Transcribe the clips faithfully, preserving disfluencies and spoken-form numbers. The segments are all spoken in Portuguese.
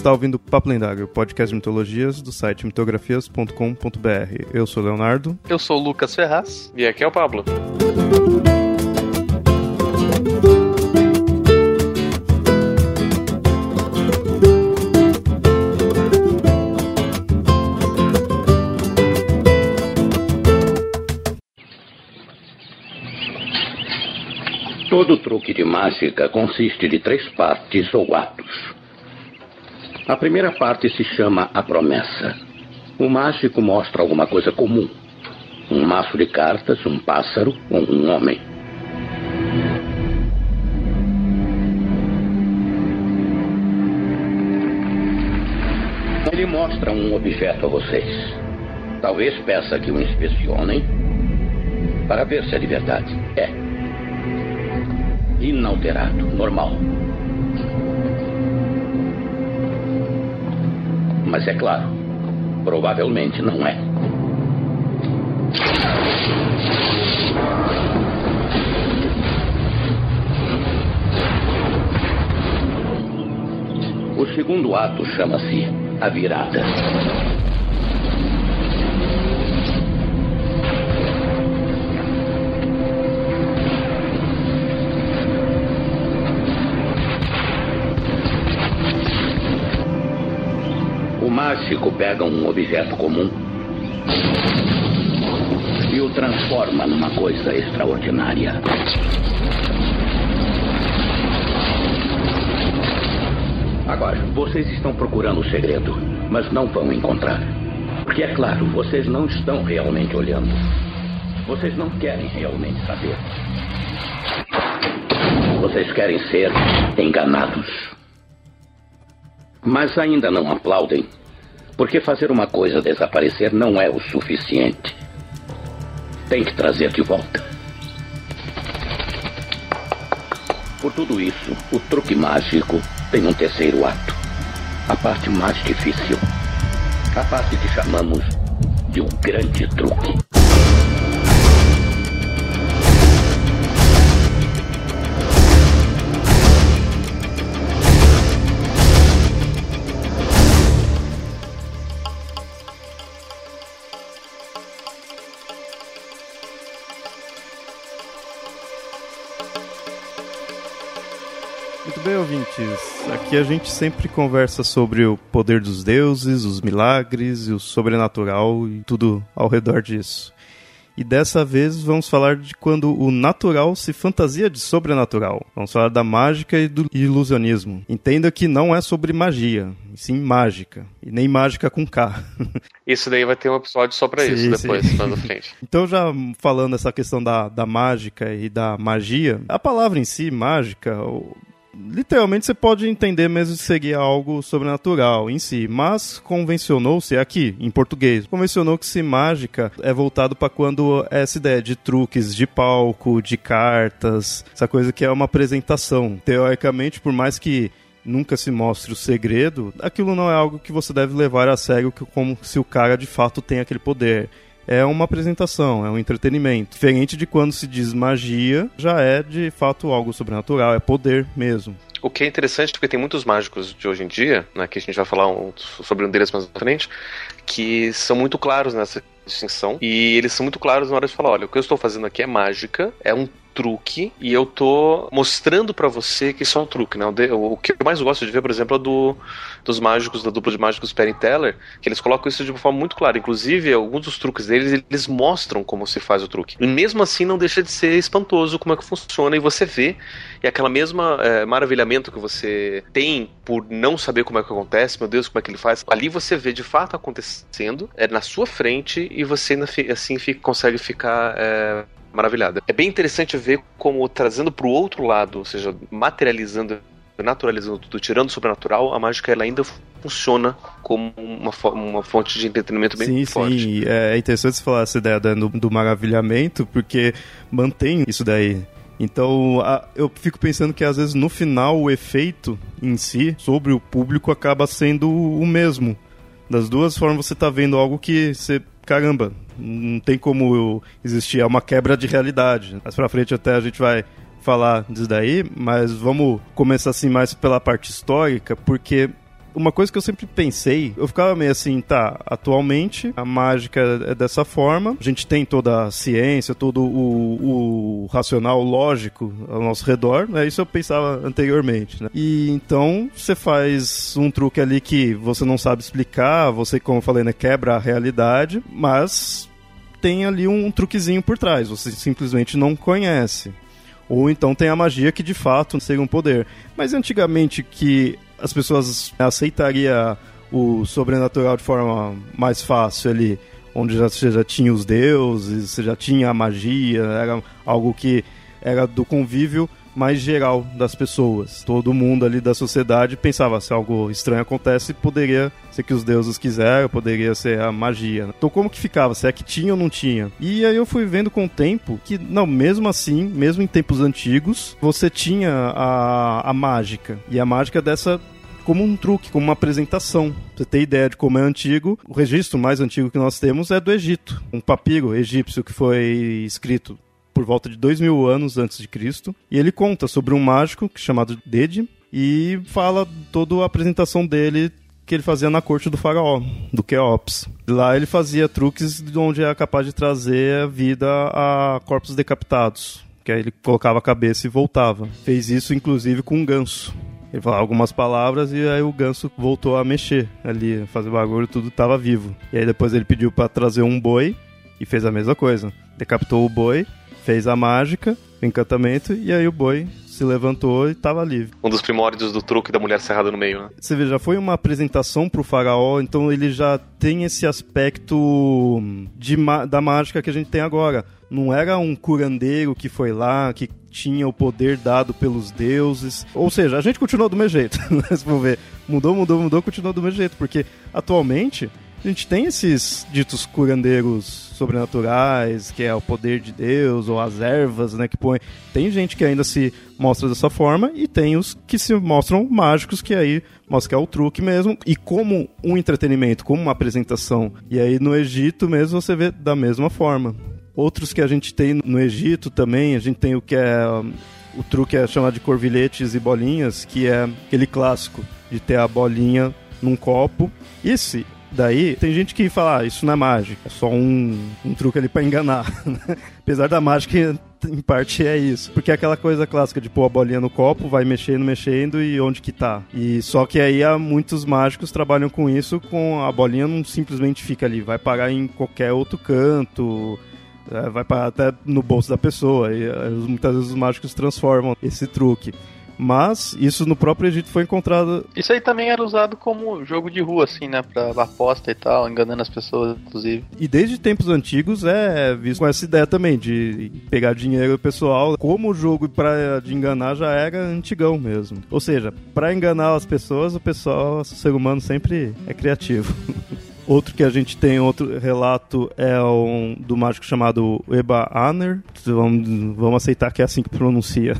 está ouvindo Papo Lendário, podcast de mitologias do site mitografias ponto com ponto b r. Eu sou o Leonardo. Eu sou o Lucas Ferraz. E aqui é o Pablo. Todo truque de mágica consiste de três partes ou atos. A primeira parte se chama a promessa. O mágico mostra alguma coisa comum. Um maço de cartas, um pássaro ou um homem. Ele mostra um objeto a vocês. Talvez peça que o inspecionem para ver se é de verdade. É. Inalterado, normal. Mas é claro, provavelmente não é. O segundo ato chama-se a virada. O mágico pega um objeto comum e o transforma numa coisa extraordinária. Agora, vocês estão procurando o segredo, mas não vão encontrar. Porque, é claro, vocês não estão realmente olhando. Vocês não querem realmente saber. Vocês querem ser enganados. Mas ainda não aplaudem, porque fazer uma coisa desaparecer não é o suficiente. Tem que trazer de volta. Por tudo isso, o truque mágico tem um terceiro ato. A parte mais difícil. A parte que chamamos de o grande truque. Muito bem, ouvintes. Aqui a gente sempre conversa sobre o poder dos deuses, os milagres e o sobrenatural e tudo ao redor disso. E dessa vez vamos falar de quando o natural se fantasia de sobrenatural. Vamos falar da mágica e do ilusionismo. Entenda que não é sobre magia, sim mágica. E nem mágica com K. Isso daí vai ter um episódio só pra sim, isso depois, sim. Lá na frente. Então, já falando essa questão da, da mágica e da magia, a palavra em si, mágica... literalmente você pode entender mesmo de seguir algo sobrenatural em si, mas convencionou-se aqui, em português, convencionou que se mágica é voltado para quando essa ideia de truques de palco, de cartas, essa coisa que é uma apresentação. Teoricamente, por mais que nunca se mostre o segredo, aquilo não é algo que você deve levar a sério como se o cara de fato tem aquele poder. É uma apresentação, é um entretenimento. Diferente de quando se diz magia, já é de fato algo sobrenatural, é poder mesmo. O que é interessante, porque tem muitos mágicos de hoje em dia, né, que a gente vai falar um, sobre um deles mais à frente, que são muito claros nessa distinção, e eles são muito claros na hora de falar, olha, o que eu estou fazendo aqui é mágica, é um truque, e eu tô mostrando pra você que isso é um truque, né? O, o que eu mais gosto de ver, por exemplo, é do, dos mágicos, da dupla de mágicos Penn e Teller, que eles colocam isso de uma forma muito clara. Inclusive, alguns dos truques deles, eles mostram como se faz o truque. E mesmo assim, não deixa de ser espantoso como é que funciona, e você vê, e aquela mesma é, maravilhamento que você tem por não saber como é que acontece, meu Deus, como é que ele faz, ali você vê de fato acontecendo, é na sua frente, e você ainda assim fica, consegue ficar... É, maravilhada. É bem interessante ver como, trazendo para o outro lado, ou seja, materializando, naturalizando tudo, tirando o sobrenatural, a mágica ela ainda funciona como uma, uma fonte de entretenimento bem sim, forte. Sim, é interessante você falar essa ideia do, do maravilhamento, porque mantém isso daí. Então, a, eu fico pensando que às vezes no final o efeito em si, sobre o público, acaba sendo o mesmo. Das duas formas você tá vendo algo que você... caramba, não tem como existir, é uma quebra de realidade. Mais pra frente até a gente vai falar disso daí, mas vamos começar assim mais pela parte histórica, porque Uma coisa que eu sempre pensei, eu ficava meio assim, tá, atualmente a mágica é dessa forma, a gente tem toda a ciência, todo o, o racional lógico ao nosso redor, né? Isso eu pensava anteriormente, né? E então você faz um truque ali que você não sabe explicar, você, como eu falei, né, quebra a realidade, mas tem ali um truquezinho por trás, você simplesmente não conhece. Ou então tem a magia que de fato seria um poder. Mas antigamente que as pessoas aceitariam o sobrenatural de forma mais fácil ali, onde já, você já tinha os deuses, você já tinha a magia, era algo que era do convívio mais geral das pessoas. Todo mundo ali da sociedade pensava, se algo estranho acontece, poderia ser que os deuses quiseram, poderia ser a magia. Então como que ficava? Se é que tinha ou não tinha? E aí eu fui vendo com o tempo que, não, mesmo assim, mesmo em tempos antigos, você tinha a, a mágica. E a mágica dessa como um truque, como uma apresentação. Pra você ter ideia de como é antigo, o registro mais antigo que nós temos é do Egito. Um papiro egípcio que foi escrito por volta de dois mil anos antes de Cristo, e ele conta sobre um mágico chamado Dedi, e fala toda a apresentação dele que ele fazia na corte do faraó, do Quéops. Lá ele fazia truques onde era capaz de trazer a vida a corpos decapitados, que aí ele colocava a cabeça e voltava. Fez isso inclusive com um ganso. Ele falava algumas palavras e aí o ganso voltou a mexer ali, fazer bagulho, tudo estava vivo. E aí depois ele pediu para trazer um boi e fez a mesma coisa. Decapitou o boi, fez a mágica, o encantamento, e aí o boi se levantou e estava livre. Um dos primórdios do truque da mulher cerrada no meio, né? Você vê, já foi uma apresentação pro faraó, então ele já tem esse aspecto de ma- da mágica que a gente tem agora. Não era um curandeiro que foi lá, que tinha o poder dado pelos deuses. Ou seja, a gente continuou do mesmo jeito. Se for ver, mudou, mudou, mudou, continuou do mesmo jeito. Porque atualmente a gente tem esses ditos curandeiros sobrenaturais, que é o poder de Deus, ou as ervas, né, que põe... Tem gente que ainda se mostra dessa forma, e tem os que se mostram mágicos, que aí mostra que é o truque mesmo, e como um entretenimento, como uma apresentação. E aí no Egito mesmo você vê da mesma forma. Outros que a gente tem no Egito também, a gente tem o que é... O truque é chamado de corvilhetes e bolinhas, que é aquele clássico de ter a bolinha num copo. Esse... Daí, tem gente que fala, ah, isso não é mágica, é só um, um truque ali pra enganar. Apesar da mágica, em parte é isso. Porque é aquela coisa clássica de pôr a bolinha no copo, vai mexendo, mexendo e onde que tá. E só que aí há muitos mágicos que trabalham com isso, com a bolinha não simplesmente fica ali, vai parar em qualquer outro canto, vai parar até no bolso da pessoa. E muitas vezes os mágicos transformam esse truque. Mas isso no próprio Egito foi encontrado... Isso aí também era usado como jogo de rua, assim, né? Pra aposta e tal, enganando as pessoas, inclusive. E desde tempos antigos é visto com essa ideia também, de pegar dinheiro do pessoal. Como o jogo pra, de enganar já era antigão mesmo. Ou seja, pra enganar as pessoas, o pessoal, o ser humano sempre é criativo. Outro que a gente tem, outro relato, é um do mágico chamado Eba Aner. Vamos, vamos aceitar que é assim que pronuncia.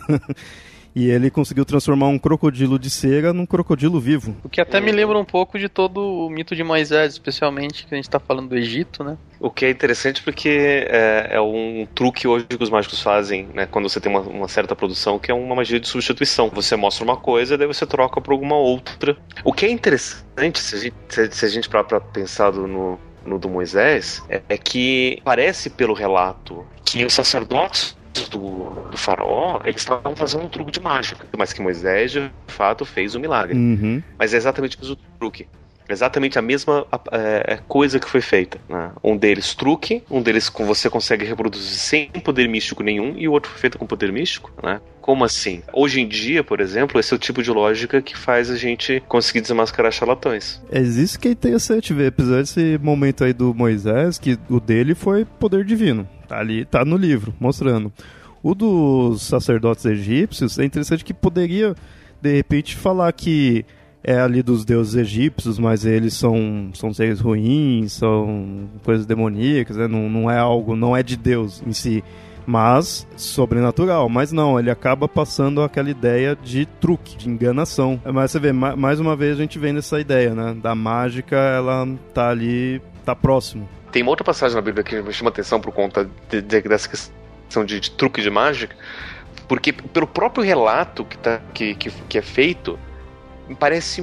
E ele conseguiu transformar um crocodilo de cera num crocodilo vivo. O que até me lembra um pouco de todo o mito de Moisés, especialmente que a gente tá falando do Egito, né? O que é interessante porque é, é um truque hoje que os mágicos fazem, né? Quando você tem uma, uma certa produção, que é uma magia de substituição. Você mostra uma coisa, daí você troca por alguma outra. O que é interessante, se a gente, se a gente parar pra pensar no, no do Moisés, é, é que parece pelo relato que os sacerdotes Do, do faraó, eles estavam fazendo um truque de mágica, mas que Moisés de fato fez o milagre. Uhum. Mas é exatamente o truque, exatamente a mesma é, coisa que foi feita, né? Um deles truque, um deles você consegue reproduzir sem poder místico nenhum, e o outro foi feito com poder místico, né? Como assim? Hoje em dia, por exemplo, esse é o tipo de lógica que faz a gente conseguir desmascarar charlatões. É isso que é interessante ver, apesar desse momento aí do Moisés, que o dele foi poder divino. Tá ali, tá no livro, mostrando. O dos sacerdotes egípcios, é interessante que poderia, de repente, falar que é ali dos deuses egípcios, mas eles são, são seres ruins, são coisas demoníacas, né? não, não é algo, não é de Deus em si, mas sobrenatural. Mas não, ele acaba passando aquela ideia de truque, de enganação. Mas você vê, mais uma vez a gente vê nessa ideia, né? Da mágica, ela tá ali, tá próximo. Tem uma outra passagem na Bíblia que me chama atenção por conta de, de, dessa questão de, de truque de mágica, porque pelo próprio relato que, tá, que, que, que é feito, parece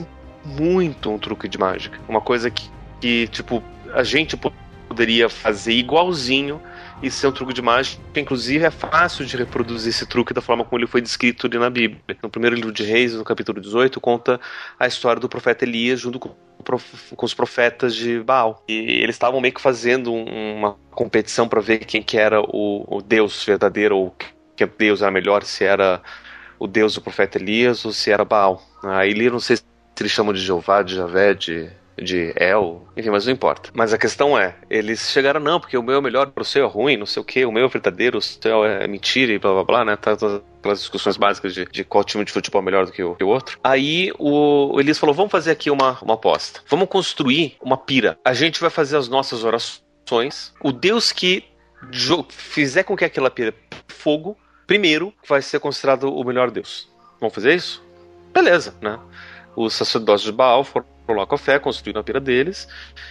muito um truque de mágica. Uma coisa que, que tipo, a gente poderia fazer igualzinho e ser um truque de mágica. Inclusive, é fácil de reproduzir esse truque da forma como ele foi descrito ali na Bíblia. No primeiro livro de Reis, no capítulo dezoito, conta a história do profeta Elias junto com, com os profetas de Baal. E eles estavam meio que fazendo uma competição para ver quem que era o, o Deus verdadeiro, ou que Deus era melhor, se era o Deus do profeta Elias ou se era Baal. Aí ele, não sei se eles chamam de Jeová, de Javé, de... de El, enfim, mas não importa. Mas a questão é, eles chegaram, não, porque o meu é melhor, o seu é ruim, não sei o que, o meu é verdadeiro, o seu é mentira e blá blá blá, né, tá, todas aquelas discussões básicas de, de qual time de futebol é melhor do que o, que o outro. Aí o, o Elias falou, vamos fazer aqui uma, uma aposta, vamos construir uma pira, a gente vai fazer as nossas orações, o Deus que jo- fizer com que aquela pira fogo, primeiro vai ser considerado o melhor Deus. Vamos fazer isso? Beleza, né? Os sacerdotes de Baal foram lá com a fé, construíram a pira deles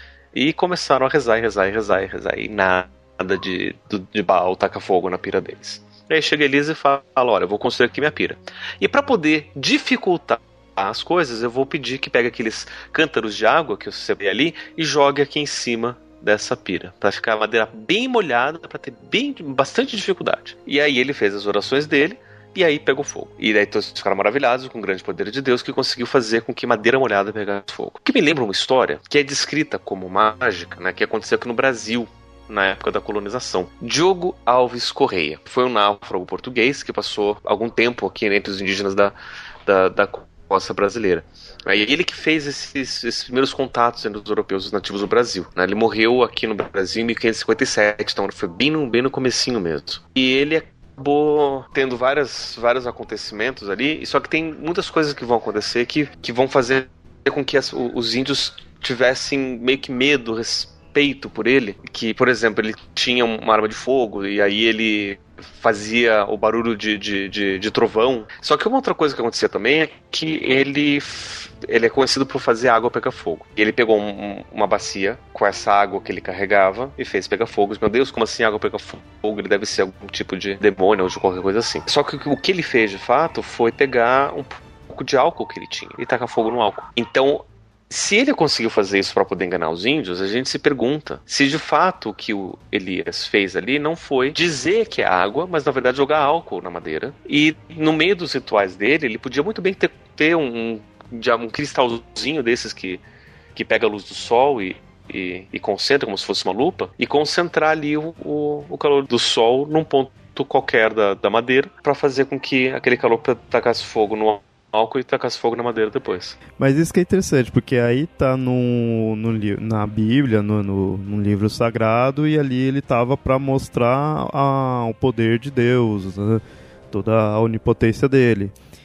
e começaram a rezar e rezar e rezar e rezar e nada de, de Baal tacar fogo na pira deles. E aí chega Elias e fala, olha, eu vou construir aqui minha pira. E para poder dificultar as coisas, eu vou pedir que pegue aqueles cântaros de água que você vê ali e jogue aqui em cima dessa pira, para ficar a madeira bem molhada, para ter bem, bastante dificuldade. E aí ele fez as orações dele, e aí pegou fogo. E daí todos ficaram maravilhados com o grande poder de Deus que conseguiu fazer com que madeira molhada pegasse fogo. O que me lembra uma história que é descrita como mágica, né, que aconteceu aqui no Brasil, na época da colonização. Diogo Alves Correia foi um náufrago português que passou algum tempo aqui entre os indígenas da, da, da costa brasileira. E ele que fez esses, esses primeiros contatos entre os europeus e os nativos do Brasil. Né? Ele morreu aqui no Brasil em mil quinhentos e cinquenta e sete, então foi bem no, bem no comecinho mesmo. E ele acabou tendo várias, vários acontecimentos ali, só que tem muitas coisas que vão acontecer que, que vão fazer com que as, os índios tivessem meio que medo, respeito por ele, que, por exemplo, ele tinha uma arma de fogo e aí ele fazia o barulho de, de, de, de trovão. Só que uma outra coisa que acontecia também é que ele, ele é conhecido por fazer água pegar fogo. E ele pegou um, uma bacia com essa água que ele carregava e fez pegar fogo. Meu Deus, como assim água pega fogo? Ele deve ser algum tipo de demônio ou de qualquer coisa assim. Só que o que ele fez de fato foi pegar um pouco de álcool que ele tinha e tacar fogo no álcool. Então, se ele conseguiu fazer isso para poder enganar os índios, a gente se pergunta se de fato o que o Elias fez ali não foi dizer que é água, mas na verdade jogar álcool na madeira. E no meio dos rituais dele, ele podia muito bem ter, ter um, um, um cristalzinho desses que, que pega a luz do sol e, e, e concentra como se fosse uma lupa, e concentrar ali o, o, o calor do sol num ponto qualquer da, da madeira para fazer com que aquele calor tacasse fogo no álcool e tacasse fogo na madeira depois. Mas isso que é interessante, porque aí tá no, no, na Bíblia, no, no, no livro sagrado, e ali ele tava para mostrar a, o poder de Deus, né? Toda a onipotência dele.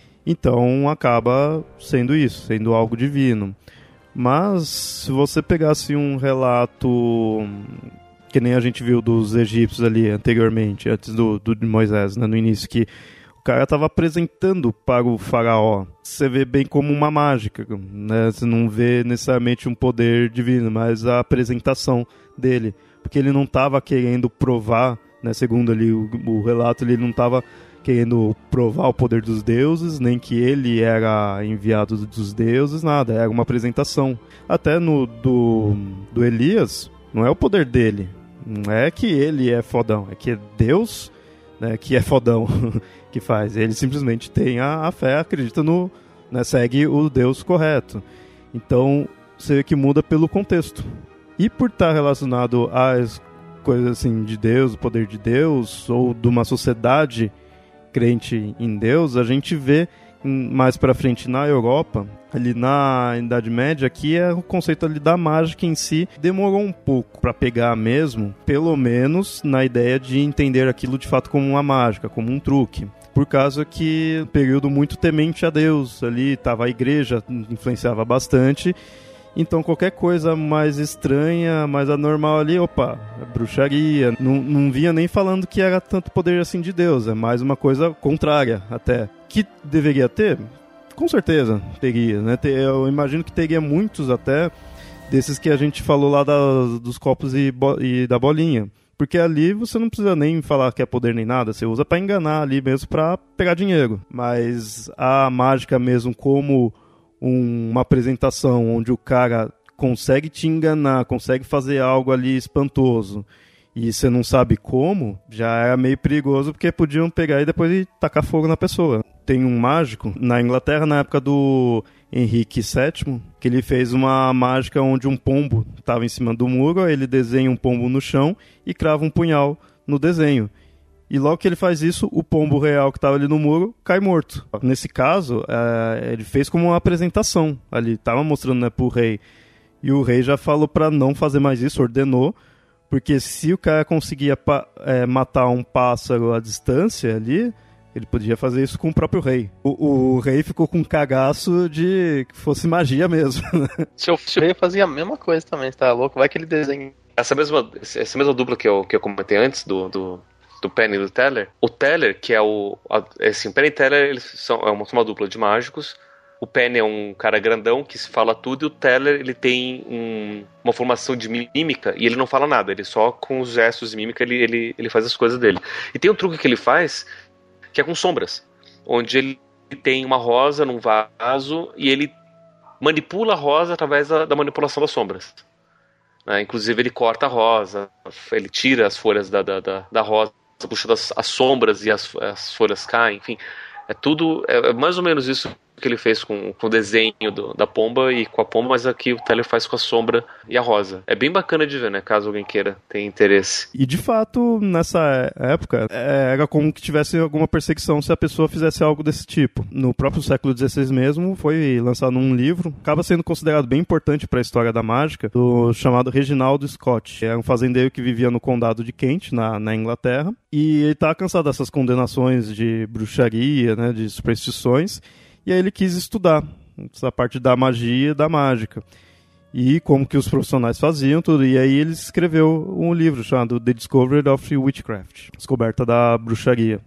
Então acaba sendo isso, sendo algo divino. Mas se você pegasse um relato que nem a gente viu dos egípcios ali anteriormente, antes do, do de Moisés, né, no início, que o cara estava apresentando para o faraó. Você vê bem como uma mágica, né? Você não vê necessariamente um poder divino, mas a apresentação dele. Porque ele não estava querendo provar, né? Segundo ali o, o relato, ele não estava querendo provar o poder dos deuses, nem que ele era enviado dos deuses, nada. Era uma apresentação. Até no do, do Elias, não é o poder dele. Não é que ele é fodão, é que é Deus, né, que é fodão. Que faz. Ele simplesmente tem a, a fé, acredita no, né, segue o Deus correto. Então, você vê que muda pelo contexto. E por estar relacionado às coisas assim de Deus, o poder de Deus, ou de uma sociedade crente em Deus, a gente vê mais pra frente na Europa, ali na Idade Média, que é o conceito ali da mágica em si demorou um pouco para pegar mesmo, pelo menos na ideia de entender aquilo de fato como uma mágica, como um truque. Por causa que um período muito temente a Deus, ali estava a igreja, influenciava bastante. Então qualquer coisa mais estranha, mais anormal ali, opa, bruxaria. Não, não vinha nem falando que era tanto poder assim de Deus, é mais uma coisa contrária até. Que deveria ter? Com certeza teria, né? Eu imagino que teria muitos até desses que a gente falou lá da, dos copos e, bo, e da bolinha. Porque ali você não precisa nem falar que é poder nem nada, você usa pra enganar ali mesmo pra pegar dinheiro. Mas a mágica mesmo como um, uma apresentação onde o cara consegue te enganar, consegue fazer algo ali espantoso, e você não sabe como, já é meio perigoso, porque podiam pegar e depois e tacar fogo na pessoa. Tem um mágico na Inglaterra, na época do Henrique sétimo, que ele fez uma mágica onde um pombo estava em cima do muro, aí ele desenha um pombo no chão e crava um punhal no desenho. E logo que ele faz isso, o pombo real que estava ali no muro cai morto. Nesse caso, é, ele fez como uma apresentação ali, estava mostrando, né, pro rei. E o rei já falou para não fazer mais isso, ordenou, porque se o cara conseguia é, matar um pássaro à distância ali, ele podia fazer isso com o próprio rei. O, o rei ficou com um cagaço de que fosse magia mesmo. Se o, se o rei fazia a mesma coisa também, você tá louco? Vai que ele desenha. Essa mesma, essa mesma dupla que eu, que eu comentei antes, do, do, do Penn e do Teller, o Teller, que é o... Assim, o Penn e Teller, eles são é uma, uma dupla de mágicos. O Penn é um cara grandão que se fala tudo, e o Teller, ele tem um, uma formação de mímica e ele não fala nada, ele só com os gestos de mímica ele, ele, ele faz as coisas dele. E tem um truque que ele faz que é com sombras, onde ele tem uma rosa num vaso e ele manipula a rosa através da, da manipulação das sombras. Né? Inclusive ele corta a rosa, ele tira as folhas da, da, da, da rosa, puxa das, as sombras e as, as folhas caem, enfim. É tudo, é mais ou menos isso que ele fez com, com o desenho do, da pomba e com a pomba, mas aqui o Teller faz com a sombra e a rosa. É bem bacana de ver, né? Caso alguém queira, tenha interesse. E de fato, nessa época, era como que tivesse alguma perseguição se a pessoa fizesse algo desse tipo. No próprio século dezesseis mesmo, foi lançado um livro, acaba sendo considerado bem importante para a história da mágica, do chamado Reginaldo Scott. Era um fazendeiro que vivia no condado de Kent, na, na Inglaterra, e ele estava cansado dessas condenações de bruxaria, né, de superstições, e aí ele quis estudar essa parte da magia e da mágica. E como que os profissionais faziam tudo. E aí ele escreveu um livro chamado The Discovery of Witchcraft, Descoberta da Bruxaria.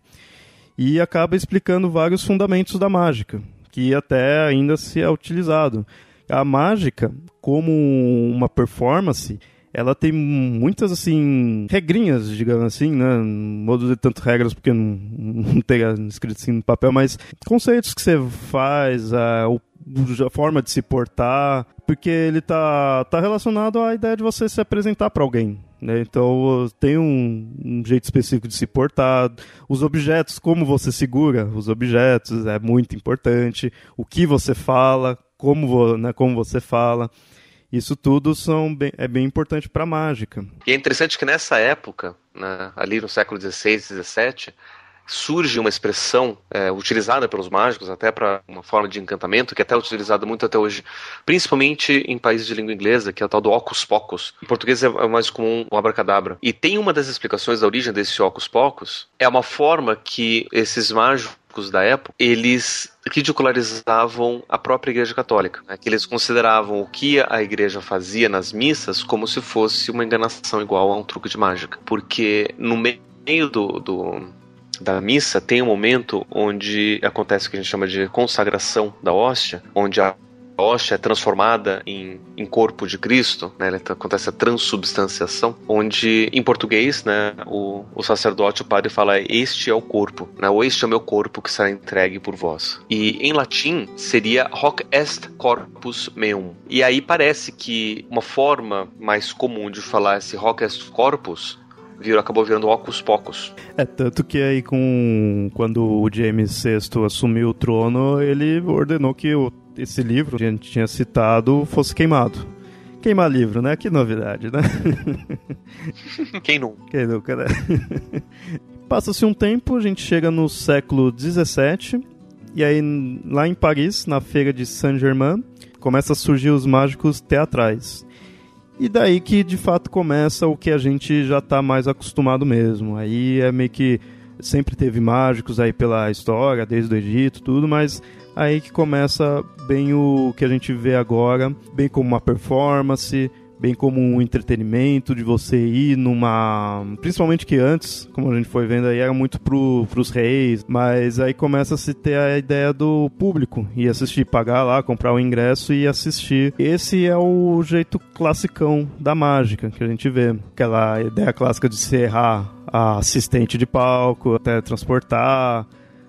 E acaba explicando vários fundamentos da mágica, que até ainda se é utilizado. A mágica, como uma performance, ela tem muitas, assim, regrinhas, digamos assim, né? Não vou dizer tanto regras porque não, não tem escrito assim no papel, mas conceitos que você faz, a, a forma de se portar, porque ele tá, tá relacionado à ideia de você se apresentar para alguém, né? Então tem um, um jeito específico de se portar, os objetos, como você segura os objetos é muito importante, o que você fala, como, né, como você fala. Isso tudo são bem, é bem importante para a mágica. E é interessante que nessa época, né, ali no século dezesseis, dezessete, surge uma expressão é, utilizada pelos mágicos, até para uma forma de encantamento, que é até utilizada muito até hoje, principalmente em países de língua inglesa, que é o tal do Hocus Pocus. Em português é mais comum o abracadabra. E tem uma das explicações da origem desse Hocus Pocus, é uma forma que esses mágicos da época, eles ridicularizavam a própria Igreja Católica, né? Que eles consideravam o que a Igreja fazia nas missas como se fosse uma enganação igual a um truque de mágica, porque no meio do, do, da missa tem um momento onde acontece o que a gente chama de consagração da hóstia, onde a A hóstia é transformada em, em corpo de Cristo, né? Acontece a transubstanciação, onde em português, né, o, o sacerdote, o padre fala, este é o corpo, né? Ou este é o meu corpo que será entregue por vós. E em latim seria hoc est corpus meum. E aí parece que uma forma mais comum de falar esse hoc est corpus virou, acabou virando Hocus Pocus. É, tanto que aí com, quando o James sexto assumiu o trono, ele ordenou que o esse livro que a gente tinha citado fosse queimado. Queimar livro, né? Que novidade, né? Quem nunca? Quem nunca, né? Passa-se um tempo, a gente chega no século dezessete, e aí lá em Paris, na feira de Saint-Germain, começa a surgir os mágicos teatrais. E daí que de fato começa o que a gente já está mais acostumado mesmo. Aí é meio que sempre teve mágicos aí pela história, desde o Egito, tudo, mas aí que começa bem o que a gente vê agora, bem como uma performance, bem como um entretenimento de você ir numa... Principalmente que antes, como a gente foi vendo aí, era muito pro, pros reis, mas aí começa a se ter a ideia do público, ir assistir, pagar lá, comprar o ingresso e assistir. Esse é o jeito classicão da mágica que a gente vê. Aquela ideia clássica de se errar a assistente de palco, até transportar,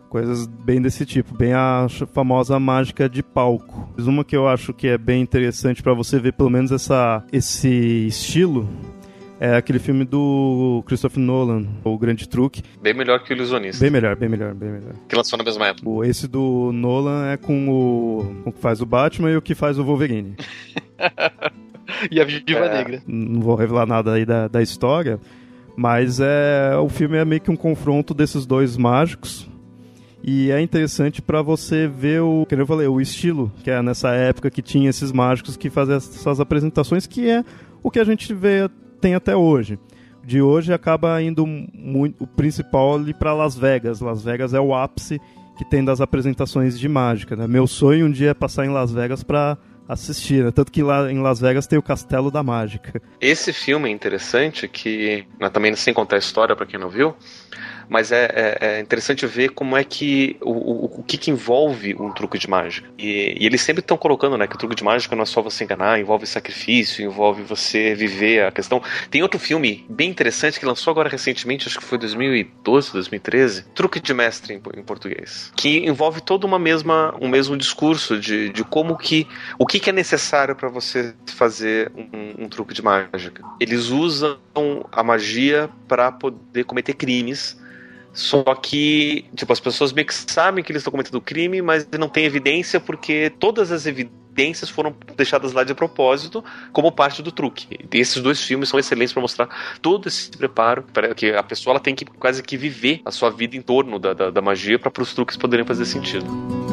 Coisas bem desse tipo, bem a famosa mágica de palco. Uma que eu acho que é bem interessante para você ver pelo menos essa, esse estilo é aquele filme do Christopher Nolan, O Grande Truque. Bem melhor que o Ilusionista. Bem melhor, bem melhor, bem melhor. Que lançou na mesma época. Esse do Nolan é com o, com o que faz o Batman e o que faz o Wolverine. E a Viúva É. Negra. Não vou revelar nada aí da, da história, mas é, o filme é meio que um confronto desses dois mágicos. E é interessante pra você ver o, como eu falei, o estilo, que é nessa época que tinha esses mágicos que faziam essas apresentações, que é o que a gente vê, tem até hoje. De hoje acaba indo muito, o principal ali pra Las Vegas. Las Vegas é o ápice que tem das apresentações de mágica, né? Meu sonho um dia é passar em Las Vegas pra assistir, né? Tanto que lá em Las Vegas tem o Castelo da Mágica. Esse filme é interessante, que né, também sem contar a história pra quem não viu, mas é, é, é interessante ver como é que o, o, o que, que envolve um truque de mágica. E, e eles sempre estão colocando, né, que o truque de mágica não é só você enganar, envolve sacrifício, envolve você viver a questão. Tem outro filme bem interessante que lançou agora recentemente, acho que foi dois mil e doze, dois mil e treze, Truque de Mestre em, em português, que envolve todo uma mesma, um mesmo discurso de, de como que, o que, que é necessário para você fazer um, um truque de mágica. Eles usam a magia para poder cometer crimes. Só que, tipo, as pessoas meio que sabem que eles estão cometendo crime, mas não tem evidência porque todas as evidências foram deixadas lá de propósito como parte do truque. E esses dois filmes são excelentes para mostrar todo esse preparo, para que a pessoa ela tem que quase que viver a sua vida em torno da, da, da magia para os truques poderem fazer sentido.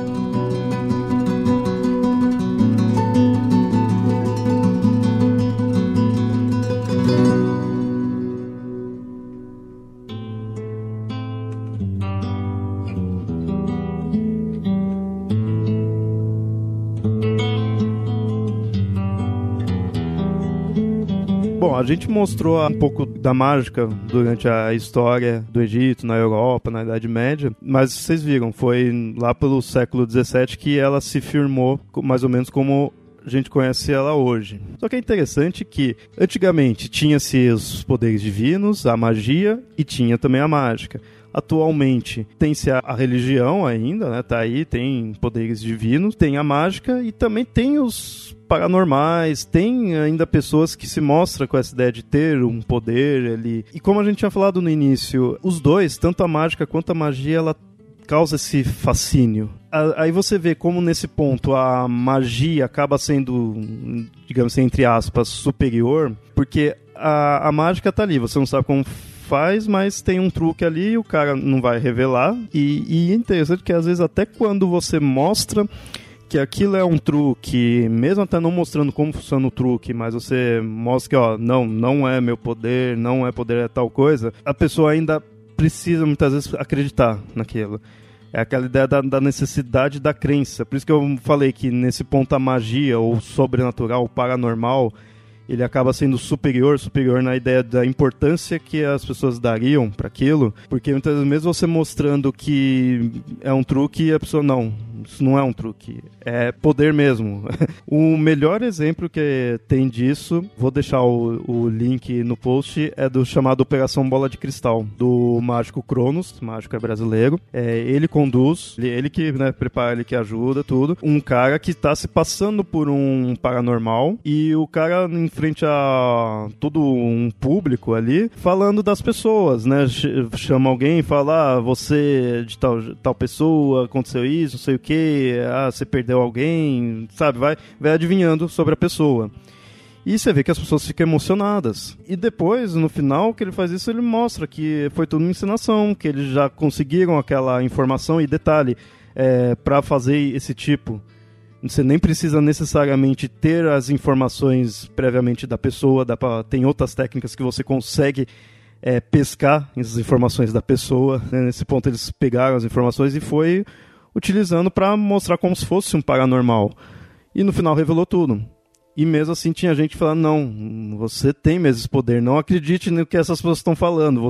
Bom, a gente mostrou um pouco da mágica durante a história do Egito, na Europa, na Idade Média, mas vocês viram, foi lá pelo século dezessete que ela se firmou mais ou menos como a gente conhece ela hoje. Só que é interessante que antigamente tinha-se os poderes divinos, a magia e tinha também a mágica. Atualmente tem-se a, a religião ainda, né? Tá aí, tem poderes divinos, tem a mágica e também tem os paranormais, tem ainda pessoas que se mostram com essa ideia de ter um poder ali. E como a gente tinha falado no início, os dois, tanto a mágica quanto a magia, ela causa esse fascínio. Aí você vê como nesse ponto a magia acaba sendo, digamos assim, entre aspas, superior, porque a, a mágica tá ali, você não sabe como faz, mas tem um truque ali e o cara não vai revelar. E, e é interessante que às vezes até quando você mostra que aquilo é um truque, mesmo até não mostrando como funciona o truque, mas você mostra que, ó, não, não é meu poder, não é poder, é tal coisa, a pessoa ainda precisa muitas vezes acreditar naquilo. É aquela ideia da, da necessidade da crença. Por isso que eu falei que nesse ponto a magia, ou sobrenatural, o paranormal, ele acaba sendo superior, superior na ideia da importância que as pessoas dariam para aquilo, porque muitas vezes mesmo você mostrando que é um truque, a pessoa não, isso não é um truque, é poder mesmo. O melhor exemplo que tem disso, vou deixar o, o link no post, é do chamado Operação Bola de Cristal, do mágico Cronos, mágico é brasileiro, é, ele conduz, ele, ele que né, prepara, ele que ajuda, tudo, um cara que está se passando por um paranormal, e o cara em frente a todo um público ali, falando das pessoas, né? Chama alguém e fala, ah, você de tal, tal pessoa, aconteceu isso, não sei o que, ah, você perdeu alguém, sabe? Vai, vai adivinhando sobre a pessoa. E você vê que as pessoas ficam emocionadas. E depois, no final, que ele faz isso, ele mostra que foi tudo uma encenação, que eles já conseguiram aquela informação e detalhe, é, para fazer esse tipo. Você nem precisa necessariamente ter as informações previamente da pessoa, dá pra, tem outras técnicas que você consegue é, pescar essas informações da pessoa. Né? Nesse ponto eles pegaram as informações e foi utilizando para mostrar como se fosse um paranormal. E no final revelou tudo. E mesmo assim tinha gente falando, não, você tem mesmo esse poder, não acredite no que essas pessoas estão falando, você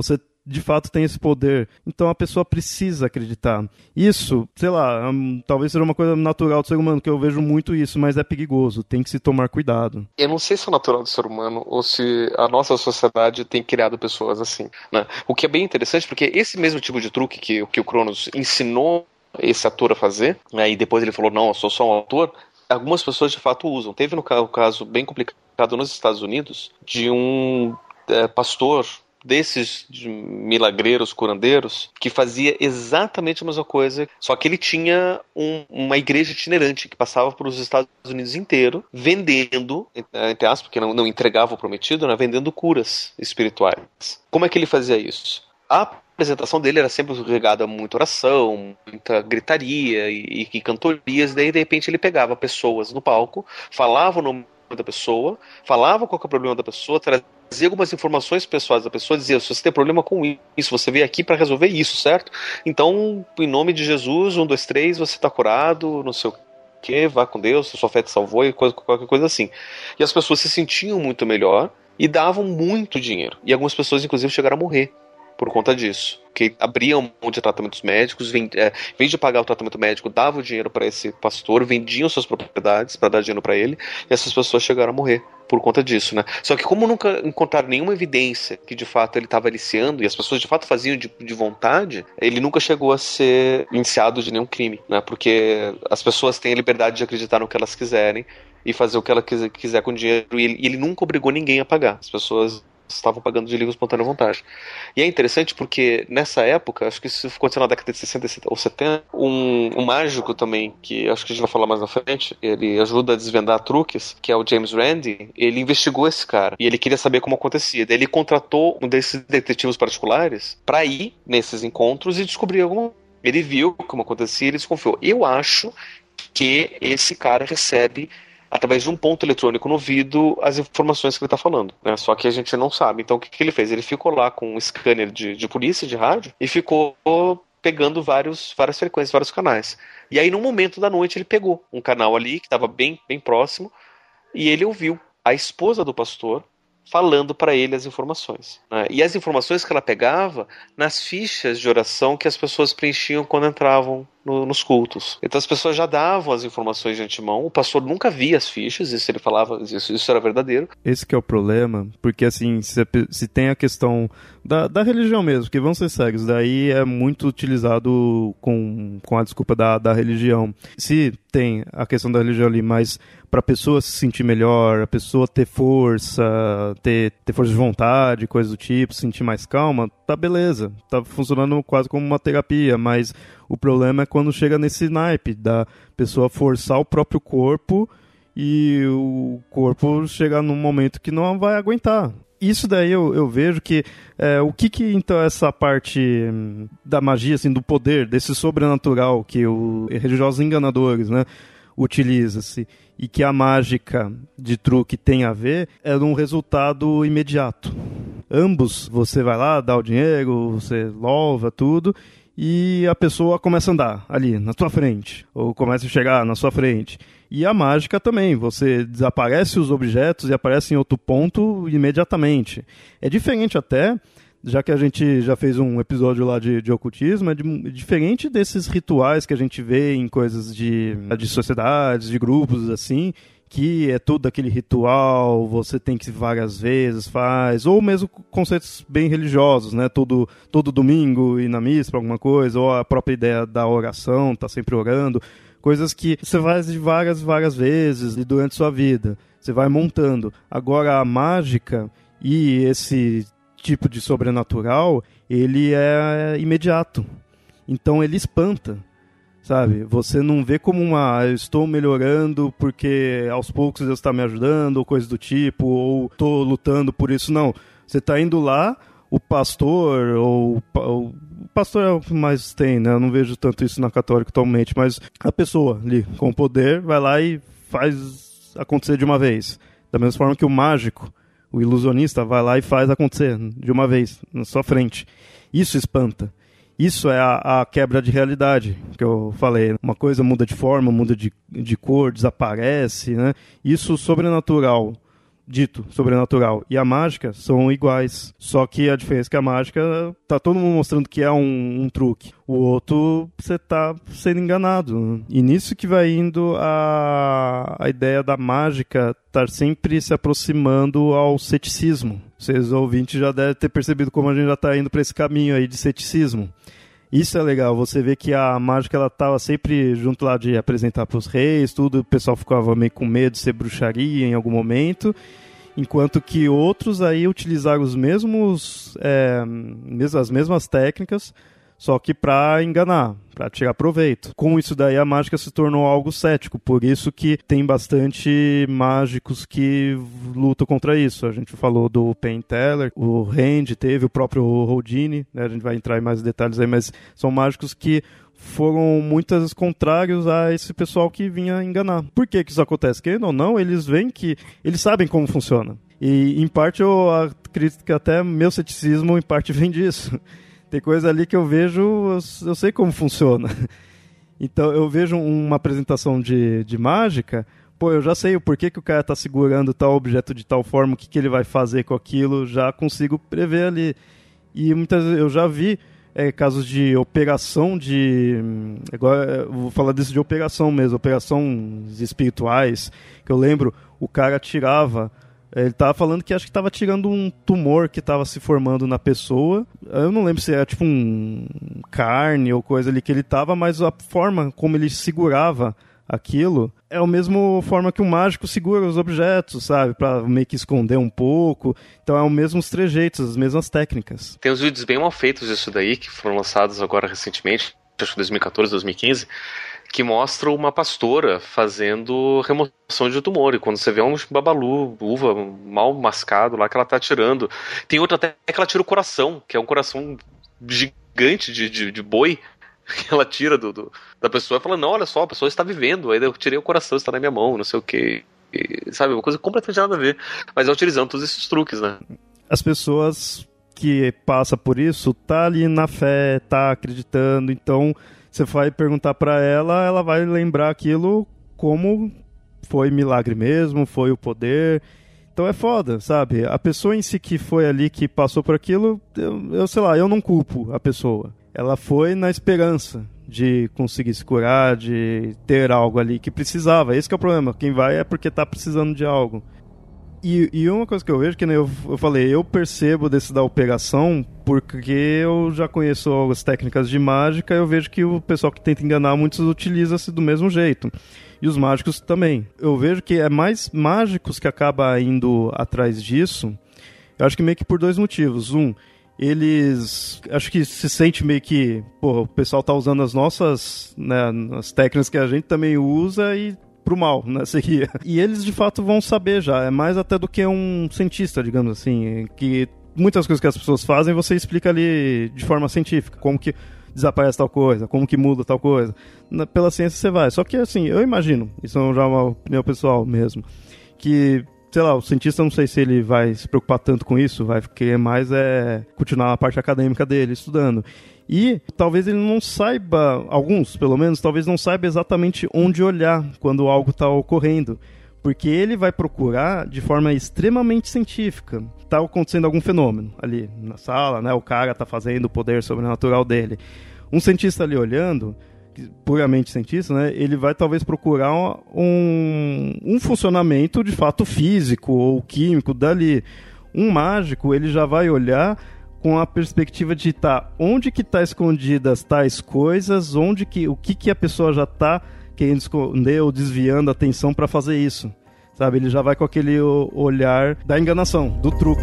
de fato tem esse poder. Então a pessoa precisa acreditar. Isso, sei lá, um, talvez seja uma coisa natural do ser humano, que eu vejo muito isso, mas é perigoso, tem que se tomar cuidado. Eu não sei se é natural do ser humano ou se a nossa sociedade tem criado pessoas assim, né? O que é bem interessante, porque esse mesmo tipo de truque que, que o Cronos ensinou esse ator a fazer, né, e depois ele falou, não, eu sou só um ator, algumas pessoas de fato usam. Teve no caso, um caso bem complicado nos Estados Unidos, de um é, pastor desses de milagreiros, curandeiros, que fazia exatamente a mesma coisa, só que ele tinha um, uma igreja itinerante que passava por os Estados Unidos inteiro, vendendo, entre aspas, porque não, não entregava o prometido, né, vendendo curas espirituais. Como é que ele fazia isso? A apresentação dele era sempre regada a muita oração, muita gritaria e, e cantorias, daí de repente ele pegava pessoas no palco, falava o nome da pessoa, falava qual que é o problema da pessoa, trazia algumas informações pessoais da pessoa, dizia, se você tem problema com isso, você veio aqui para resolver isso, certo? Então, em nome de Jesus, um, dois, três, você está curado, não sei o que, vá com Deus, sua fé te salvou e coisa, qualquer coisa assim. E as pessoas se sentiam muito melhor e davam muito dinheiro. E algumas pessoas, inclusive, chegaram a morrer por conta disso, que abriam um monte de tratamentos médicos, vend, é, em vez de pagar o tratamento médico, davam o dinheiro para esse pastor, vendiam suas propriedades para dar dinheiro para ele, e essas pessoas chegaram a morrer por conta disso, né? Só que como nunca encontraram nenhuma evidência que de fato ele estava aliciando, e as pessoas de fato faziam de, de vontade, ele nunca chegou a ser indiciado de nenhum crime, né? Porque as pessoas têm a liberdade de acreditar no que elas quiserem e fazer o que ela quiser, quiser com o dinheiro, e ele, e ele nunca obrigou ninguém a pagar. As pessoas estavam pagando de livre espontânea vontade. E é interessante porque nessa época, acho que isso aconteceu na década de sessenta ou setenta, um, um mágico também, que acho que a gente vai falar mais na frente, ele ajuda a desvendar truques, que é o James Randi, ele investigou esse cara e ele queria saber como acontecia. Daí ele contratou um desses detetives particulares para ir nesses encontros e descobrir alguma. Ele viu como acontecia e ele desconfiou. Eu acho que esse cara recebe através de um ponto eletrônico no ouvido as informações que ele está falando, né? Só que a gente não sabe. Então o que, que ele fez? Ele ficou lá com um scanner de, de polícia, de rádio, e ficou pegando vários, várias frequências, vários canais. E aí, num momento da noite, ele pegou um canal ali que estava bem, bem próximo, e ele ouviu a esposa do pastor falando para ele as informações, né? E as informações que ela pegava nas fichas de oração que as pessoas preenchiam quando entravam no, nos cultos. Então as pessoas já davam as informações de antemão, o pastor nunca via as fichas, isso ele falava, isso, isso era verdadeiro. Esse que é o problema, porque assim, se, se tem a questão da, da religião mesmo, que vão ser cegos, daí é muito utilizado com, com a desculpa da, da religião. Se tem a questão da religião ali, mas para a pessoa se sentir melhor, a pessoa ter força, ter, ter força de vontade, coisa do tipo, se sentir mais calma, tá beleza, tá funcionando quase como uma terapia, mas o problema é quando chega nesse naipe da pessoa forçar o próprio corpo e o corpo chegar num momento que não vai aguentar. Isso daí eu, eu vejo que é, o que que então essa parte hum, da magia, assim, do poder, desse sobrenatural que os religiosos enganadores, né, utiliza-se, e que a mágica de truque tem a ver, é um resultado imediato. Ambos, você vai lá, dá o dinheiro, você louva tudo, e a pessoa começa a andar ali, na sua frente, ou começa a chegar na sua frente. E a mágica também, você desaparece os objetos e aparece em outro ponto imediatamente. É diferente até, já que a gente já fez um episódio lá de, de ocultismo, é de, diferente desses rituais que a gente vê em coisas de, de sociedades, de grupos, assim, que é tudo aquele ritual, você tem que várias vezes faz, ou mesmo conceitos bem religiosos, né? Todo, todo domingo ir na missa para alguma coisa, ou a própria ideia da oração, tá sempre orando, coisas que você faz de várias, várias vezes e durante sua vida, você vai montando. Agora a mágica e esse tipo de sobrenatural, ele é imediato. Então ele espanta, sabe? Você não vê como uma, eu estou melhorando porque aos poucos Deus está me ajudando, ou coisa do tipo, ou estou lutando por isso. Não. Você está indo lá, o pastor, ou o pastor é o que mais tem, né? Eu não vejo tanto isso na católica atualmente, mas a pessoa ali, com poder, vai lá e faz acontecer de uma vez. Da mesma forma que o mágico, o ilusionista, vai lá e faz acontecer de uma vez, na sua frente. Isso espanta. Isso é a, a quebra de realidade que eu falei. Uma coisa muda de forma, muda de, de cor, desaparece, né? Isso sobrenatural dito sobrenatural e a mágica são iguais. Só que a diferença é que a mágica tá todo mundo mostrando que é um, um truque. O outro, você tá sendo enganado. E nisso que vai indo a, a ideia da mágica estar sempre se aproximando ao ceticismo. Vocês ouvintes já devem ter percebido como a gente já tá indo para esse caminho aí de ceticismo. Isso é legal, você vê que a mágica ela tava sempre junto lá de apresentar para os reis, tudo, o pessoal ficava meio com medo de ser bruxaria em algum momento, enquanto que outros aí utilizaram os mesmos, é, as mesmas técnicas, só que para enganar, para tirar proveito. Com isso daí a mágica se tornou algo cético, por isso que tem bastante mágicos que lutam contra isso. A gente falou do Penn Teller, o Rand teve, o próprio Houdini, né? A gente vai entrar em mais detalhes aí, mas são mágicos que foram muitas vezes contrários a esse pessoal que vinha enganar. Por que que isso acontece? Querendo ou não, eles veem que eles sabem como funciona. E em parte eu acredito que até meu ceticismo em parte vem disso. Tem coisa ali que eu vejo, eu, eu sei como funciona. Então eu vejo uma apresentação de, de mágica, pô, eu já sei o porquê que o cara tá segurando tal objeto de tal forma, o que, que ele vai fazer com aquilo, já consigo prever ali. E muitas vezes eu já vi é, casos de operação de... Agora eu vou falar disso de operação mesmo, operações espirituais, que eu lembro, o cara tirava... Ele estava falando que acho que estava tirando um tumor que estava se formando na pessoa. Eu não lembro se era tipo um carne ou coisa ali que ele estava, mas a forma como ele segurava aquilo é a mesma forma que o mágico segura os objetos, sabe? Para meio que esconder um pouco. Então é os mesmos trejeitos, as mesmas técnicas. Tem uns vídeos bem mal feitos disso daí, que foram lançados agora recentemente, acho que dois mil e quatorze, dois mil e quinze, que mostra uma pastora fazendo remoção de tumor. E quando você vê um babalu, uva mal mascado lá que ela tá tirando. Tem outro até que ela tira o coração, que é um coração gigante de, de, de boi, que ela tira do, do, da pessoa e fala, não, olha só, a pessoa está vivendo. Aí eu tirei o coração, está na minha mão, não sei o que. E, sabe, uma coisa completamente nada a ver. Mas é utilizando todos esses truques, né? As pessoas que passam por isso tá ali na fé, tá acreditando, então... Você vai perguntar para ela, ela vai lembrar aquilo como foi milagre mesmo, foi o poder. Então é foda, sabe? A pessoa em si que foi ali, que passou por aquilo, eu, eu sei lá, eu não culpo a pessoa. Ela foi na esperança de conseguir se curar, de ter algo ali que precisava. Esse que é o problema. Quem vai é porque tá precisando de algo. E, e uma coisa que eu vejo, que nem eu, eu falei, eu percebo desse da operação porque eu já conheço as técnicas de mágica, eu vejo que o pessoal que tenta enganar muitos utiliza-se do mesmo jeito. E os mágicos também. Eu vejo que é mais mágicos que acabam indo atrás disso, eu acho que meio que por dois motivos. Um, eles acho que se sente meio que, pô, o pessoal tá usando as nossas, né, as técnicas que a gente também usa e pro mal, né, seria. E eles de fato vão saber já, é mais até do que um cientista, digamos assim, que muitas coisas que as pessoas fazem você explica ali de forma científica, como que desaparece tal coisa, como que muda tal coisa. Na, pela ciência você vai, só que assim, eu imagino, isso já é uma opinião pessoal mesmo, que, sei lá, o cientista não sei se ele vai se preocupar tanto com isso, vai querer mais é continuar na parte acadêmica dele, estudando. E talvez ele não saiba, alguns pelo menos, talvez não saiba exatamente onde olhar quando algo está ocorrendo. Porque ele vai procurar de forma extremamente científica. Está acontecendo algum fenômeno ali na sala, né? O cara está fazendo o poder sobrenatural dele. Um cientista ali olhando, puramente cientista, né? Ele vai talvez procurar um, um funcionamento de fato físico ou químico dali. Um mágico, ele já vai olhar com a perspectiva de tá, onde que tá escondidas tais coisas, onde que, o que que a pessoa já tá querendo esconder ou desviando a atenção para fazer isso, sabe? Ele já vai com aquele olhar da enganação, do truque.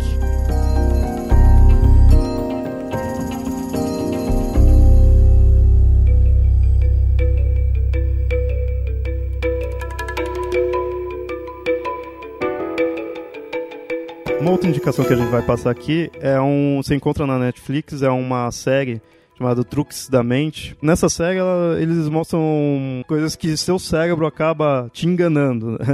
Uma outra indicação que a gente vai passar aqui é um... Você encontra na Netflix, é uma série chamada Truques da Mente. Nessa série, ela, eles mostram coisas que seu cérebro acaba te enganando.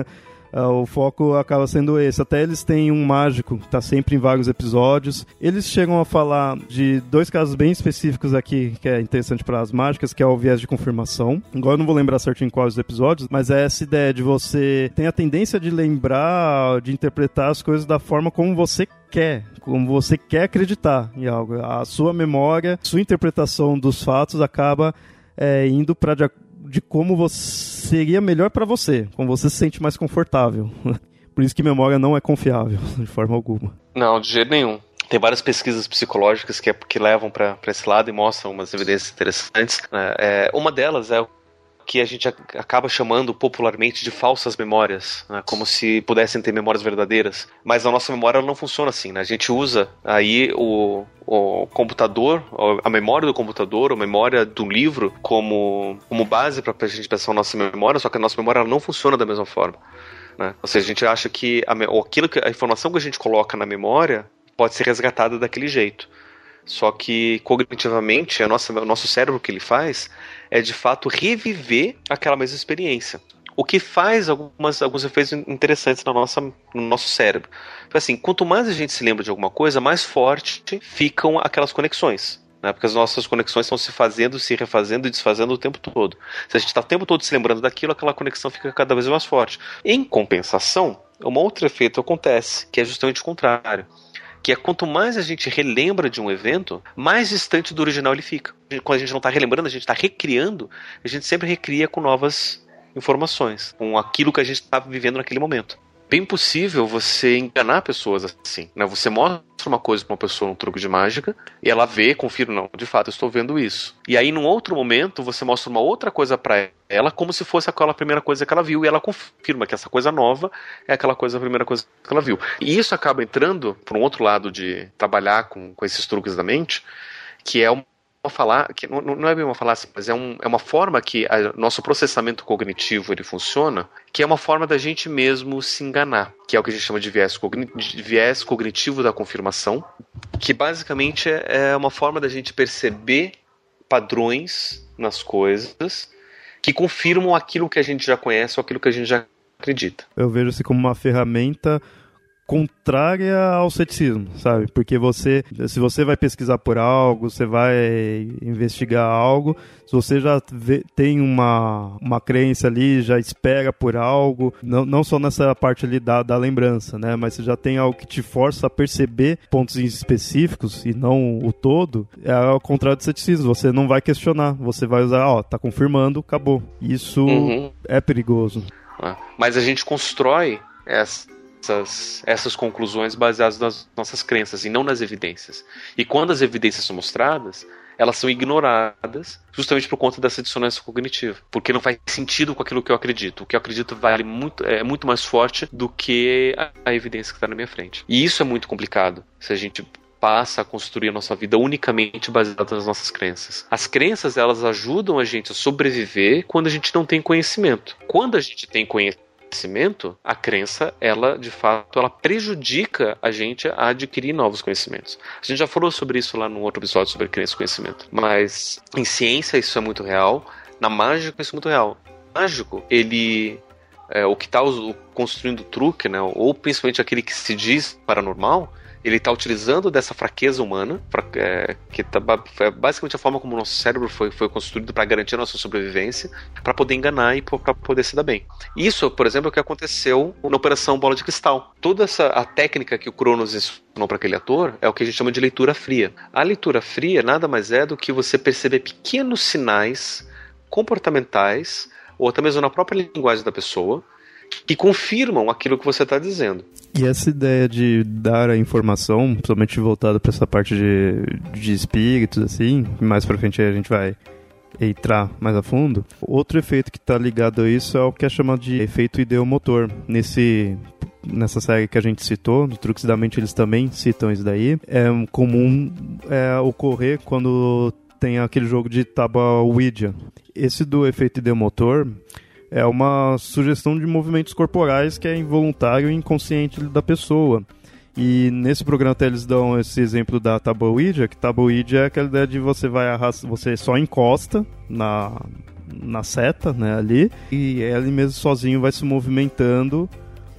o foco acaba sendo esse. Até eles têm um mágico que tá sempre em vários episódios. Eles chegam a falar de dois casos bem específicos aqui, que é interessante para as mágicas, que é o viés de confirmação. Agora eu não vou lembrar certinho em quais episódios, mas é essa ideia de você tem a tendência de lembrar, de interpretar as coisas da forma como você quer, como você quer acreditar em algo. A sua memória, sua interpretação dos fatos acaba é, indo para de, de como você, seria melhor para você, como você se sente mais confortável. Por isso que memória não é confiável, de forma alguma. Não, de jeito nenhum. Tem várias pesquisas psicológicas que, é, que levam para esse lado e mostram umas evidências interessantes. É, uma delas é o que a gente acaba chamando popularmente de falsas memórias, né? Como se pudessem ter memórias verdadeiras, mas a nossa memória ela não funciona assim, né? A gente usa aí o, o computador, a memória do computador, a memória do livro como, como base para a gente pensar a nossa memória, só que a nossa memória ela não funciona da mesma forma, né? Ou seja, a gente acha que a, aquilo que, a informação que a gente coloca na memória pode ser resgatada daquele jeito. Só que, cognitivamente, a nossa, o nosso cérebro, o que ele faz é, de fato, reviver aquela mesma experiência. O que faz algumas, alguns efeitos interessantes na nossa, no nosso cérebro. Então, assim, quanto mais a gente se lembra de alguma coisa, mais forte ficam aquelas conexões. Né? Porque as nossas conexões estão se fazendo, se refazendo e desfazendo o tempo todo. Se a gente está o tempo todo se lembrando daquilo, aquela conexão fica cada vez mais forte. Em compensação, um outro efeito acontece, que é justamente o contrário. Que é quanto mais a gente relembra de um evento, mais distante do original ele fica. Quando a gente não está relembrando, a gente está recriando, a gente sempre recria com novas informações, com aquilo que a gente está vivendo naquele momento. Bem possível você enganar pessoas assim, né? Você mostra uma coisa para uma pessoa, um truque de mágica, e ela vê, confirma, não, de fato eu estou vendo isso. E aí num outro momento você mostra uma outra coisa para ela, como se fosse aquela primeira coisa que ela viu, e ela confirma que essa coisa nova é aquela coisa, a primeira coisa que ela viu. E isso acaba entrando por um outro lado de trabalhar com, com esses truques da mente, que é uma falar, que não, não é bem uma falácia, mas é, um, é uma forma que o nosso processamento cognitivo ele funciona, que é uma forma da gente mesmo se enganar, que é o que a gente chama de viés, cogni- de viés cognitivo da confirmação, que basicamente é uma forma da gente perceber padrões nas coisas que confirmam aquilo que a gente já conhece ou aquilo que a gente já acredita. Eu vejo isso como uma ferramenta contrária ao ceticismo, sabe? Porque você, se você vai pesquisar por algo, você vai investigar algo, se você já vê, tem uma, uma crença ali, já espera por algo, não, não só nessa parte ali da, da lembrança, né? Mas você já tem algo que te força a perceber pontos específicos e não o todo, é ao contrário do ceticismo, você não vai questionar, você vai usar, ó, tá confirmando, acabou. Isso uhum. é perigoso. Mas a gente constrói essa Essas, essas conclusões baseadas nas nossas crenças e não nas evidências. E quando as evidências são mostradas, elas são ignoradas justamente por conta dessa dissonância cognitiva. Porque não faz sentido com aquilo que eu acredito. O que eu acredito vale muito, é muito mais forte do que a, a evidência que está na minha frente. E isso é muito complicado se a gente passa a construir a nossa vida unicamente baseada nas nossas crenças. As crenças, elas ajudam a gente a sobreviver quando a gente não tem conhecimento. Quando a gente tem conhecimento, conhecimento, a crença, ela, de fato, ela prejudica a gente a adquirir novos conhecimentos. A gente já falou sobre isso lá num outro episódio sobre crença e conhecimento. Mas em ciência isso é muito real, na mágica isso é muito real. O mágico, ele, é, o que está construindo o truque, né, ou principalmente aquele que se diz paranormal, ele está utilizando dessa fraqueza humana, pra, é, que tá, é basicamente a forma como o nosso cérebro foi, foi construído para garantir a nossa sobrevivência, para poder enganar e para poder se dar bem. Isso, por exemplo, é o que aconteceu na Operação Bola de Cristal. Toda essa a técnica que o Cronos ensinou para aquele ator é o que a gente chama de leitura fria. A leitura fria nada mais é do que você perceber pequenos sinais comportamentais, ou até mesmo na própria linguagem da pessoa, que confirmam aquilo que você está dizendo. E essa ideia de dar a informação, principalmente voltada para essa parte de, de espíritos, assim, mais pra frente a gente vai entrar mais a fundo. Outro efeito que está ligado a isso é o que é chamado de efeito ideomotor. Nesse, nessa série que a gente citou, no Truques da Mente, eles também citam isso daí. É comum é, ocorrer quando tem aquele jogo de tábua Ouija. Esse do efeito ideomotor é uma sugestão de movimentos corporais que é involuntário e inconsciente da pessoa. E nesse programa até eles dão esse exemplo da tábua Ouija, que tábua Ouija é aquela ideia de você vai arrastar, você só encosta na, na seta, né, ali, e ele mesmo sozinho vai se movimentando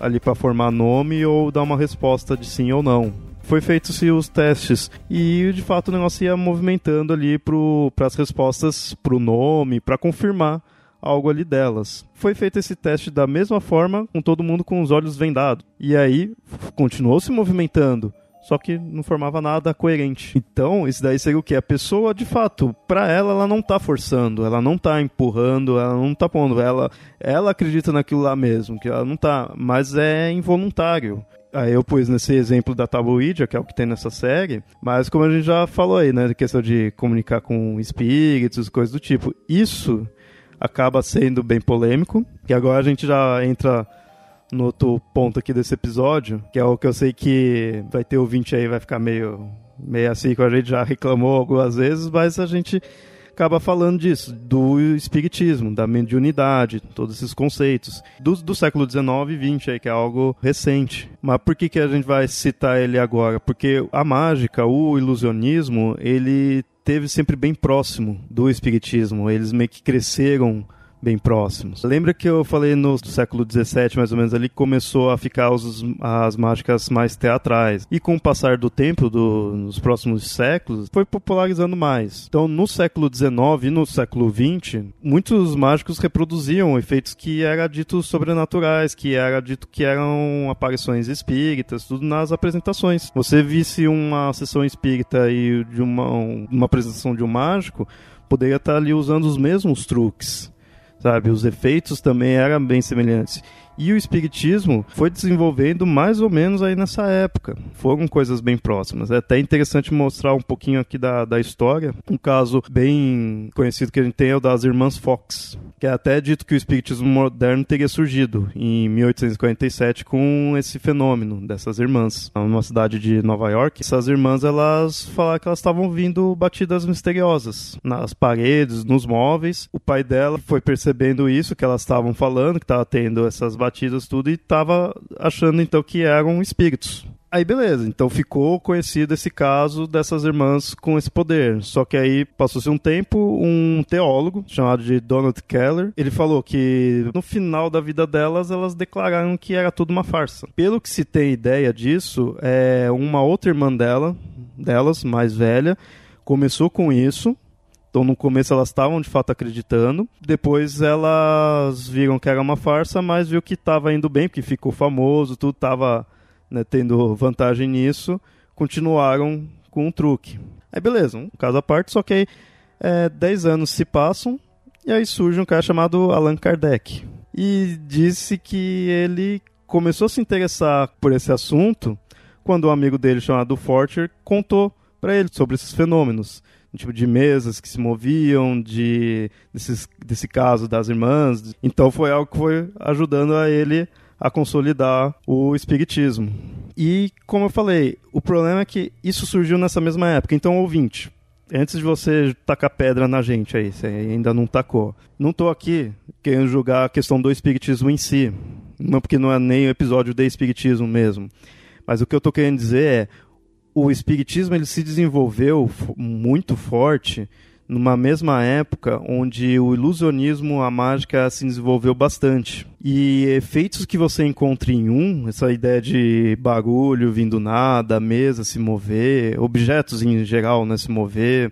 ali para formar nome ou dar uma resposta de sim ou não. Foi feito-se os testes e, de fato, o negócio ia movimentando ali para as respostas, para o nome, para confirmar algo ali delas. Foi feito esse teste da mesma forma, com todo mundo com os olhos vendados. E aí, continuou se movimentando, só que não formava nada coerente. Então, isso daí seria o quê? A pessoa, de fato, para ela, ela não tá forçando, ela não tá empurrando, ela não tá pondo, ela, ela acredita naquilo lá mesmo, que ela não tá, mas é involuntário. Aí eu pus nesse exemplo da Tabuídia, que é o que tem nessa série, mas como a gente já falou aí, né, questão de comunicar com espíritos, coisas do tipo, isso acaba sendo bem polêmico, que agora a gente já entra no outro ponto aqui desse episódio, que é o que eu sei que vai ter ouvinte aí, vai ficar meio, meio assim, que a gente já reclamou algumas vezes, mas a gente acaba falando disso, do espiritismo, da mediunidade, todos esses conceitos, do, do século dezenove e vinte, aí, que é algo recente. Mas por que, que a gente vai citar ele agora? Porque a mágica, o ilusionismo, ele teve sempre bem próximo do espiritismo, eles meio que cresceram bem próximos. Lembra que eu falei no século dezessete, mais ou menos, ali começou a ficar os, as mágicas mais teatrais. E com o passar do tempo, do, nos próximos séculos, foi popularizando mais. Então, no século dezenove e no século vinte, muitos mágicos reproduziam efeitos que eram ditos sobrenaturais, que era dito que eram aparições espíritas, tudo nas apresentações. Você visse uma sessão espírita e de uma, uma apresentação de um mágico, poderia estar ali usando os mesmos truques. Sabe, os efeitos também eram bem semelhantes. E o espiritismo foi desenvolvendo mais ou menos aí nessa época. Foram coisas bem próximas. É até interessante mostrar um pouquinho aqui da, da história. Um caso bem conhecido que a gente tem é o das Irmãs Fox, que é até dito que o espiritismo moderno teria surgido em mil oitocentos e quarenta e sete com esse fenômeno dessas irmãs. Numa cidade de Nova York, essas irmãs, elas falaram que elas estavam ouvindo batidas misteriosas nas paredes, nos móveis. O pai dela foi percebendo isso, que elas estavam falando, que estava tendo essas batidas, tudo, e tava achando então que eram espíritos. Aí beleza, então ficou conhecido esse caso dessas irmãs com esse poder. Só que aí passou-se um tempo, um teólogo chamado de Donald Keller, ele falou que no final da vida delas, elas declararam que era tudo uma farsa. Pelo que se tem ideia disso, é uma outra irmã dela, delas, mais velha, começou com isso. Então, no começo, elas estavam, de fato, acreditando. Depois, elas viram que era uma farsa, mas viu que estava indo bem, porque ficou famoso, tudo estava, né, tendo vantagem nisso. Continuaram com o truque. Aí, beleza, um caso à parte, só que aí é, dez anos se passam, e aí surge um cara chamado Allan Kardec. E disse que ele começou a se interessar por esse assunto quando um amigo dele, chamado Forcher, contou para ele sobre esses fenômenos. Tipo de mesas que se moviam, de, desses, desse caso das irmãs. Então foi algo que foi ajudando a ele a consolidar o espiritismo. E, como eu falei, o problema é que isso surgiu nessa mesma época. Então, ouvinte, antes de você tacar pedra na gente aí, você ainda não tacou. Não estou aqui querendo julgar a questão do espiritismo em si, não, porque não é nem o episódio de espiritismo mesmo. Mas o que eu estou querendo dizer é, o espiritismo ele se desenvolveu muito forte numa mesma época onde o ilusionismo, a mágica se desenvolveu bastante. E efeitos que você encontra em um, essa ideia de barulho vindo nada, mesa se mover, objetos em geral, né, se mover,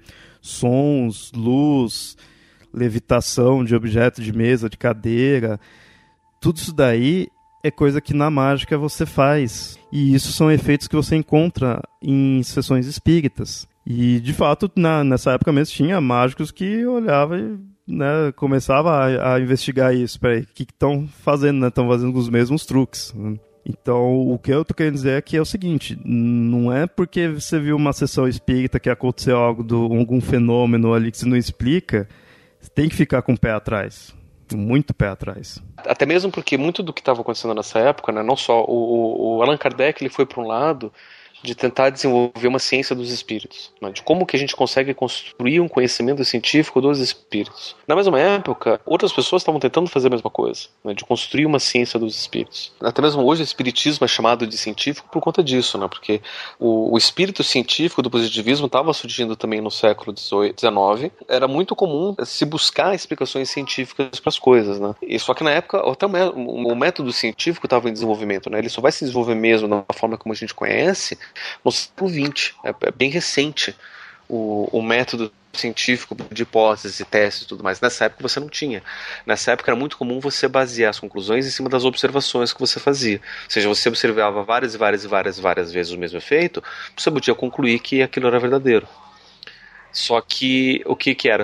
sons, luz, levitação de objeto de mesa, de cadeira, tudo isso daí é coisa que na mágica você faz. E isso são efeitos que você encontra em sessões espíritas. E, de fato, na, nessa época mesmo tinha mágicos que olhavam e, né, começava a, a investigar isso. Peraí, o que estão fazendo? Né? Estão fazendo os mesmos truques. Né? Então, o que eu tô querendo dizer aqui é o seguinte, não é porque você viu uma sessão espírita que aconteceu algo, do, algum fenômeno ali que você não explica, você tem que ficar com o pé atrás. Muito pé atrás. Até mesmo porque muito do que estava acontecendo nessa época, né, não só o, o Allan Kardec, ele foi para um lado de tentar desenvolver uma ciência dos espíritos, né? De como que a gente consegue construir um conhecimento científico dos espíritos. Na mesma época, outras pessoas estavam tentando fazer a mesma coisa, né? De construir uma ciência dos espíritos. Até mesmo hoje o espiritismo é chamado de científico por conta disso, né? Porque o, o espírito científico do positivismo estava surgindo também no século dezenove. Era muito comum se buscar explicações científicas para as coisas, né? E só que na época até o, o método científico estava em desenvolvimento, né? Ele só vai se desenvolver mesmo da forma como a gente conhece no século vinte. É, é bem recente o, o método científico de hipóteses, testes e tudo mais. Nessa época você não tinha. Nessa época era muito comum você basear as conclusões em cima das observações que você fazia. Ou seja, você observava várias e várias e várias várias vezes o mesmo efeito, você podia concluir que aquilo era verdadeiro. Só que o que que era?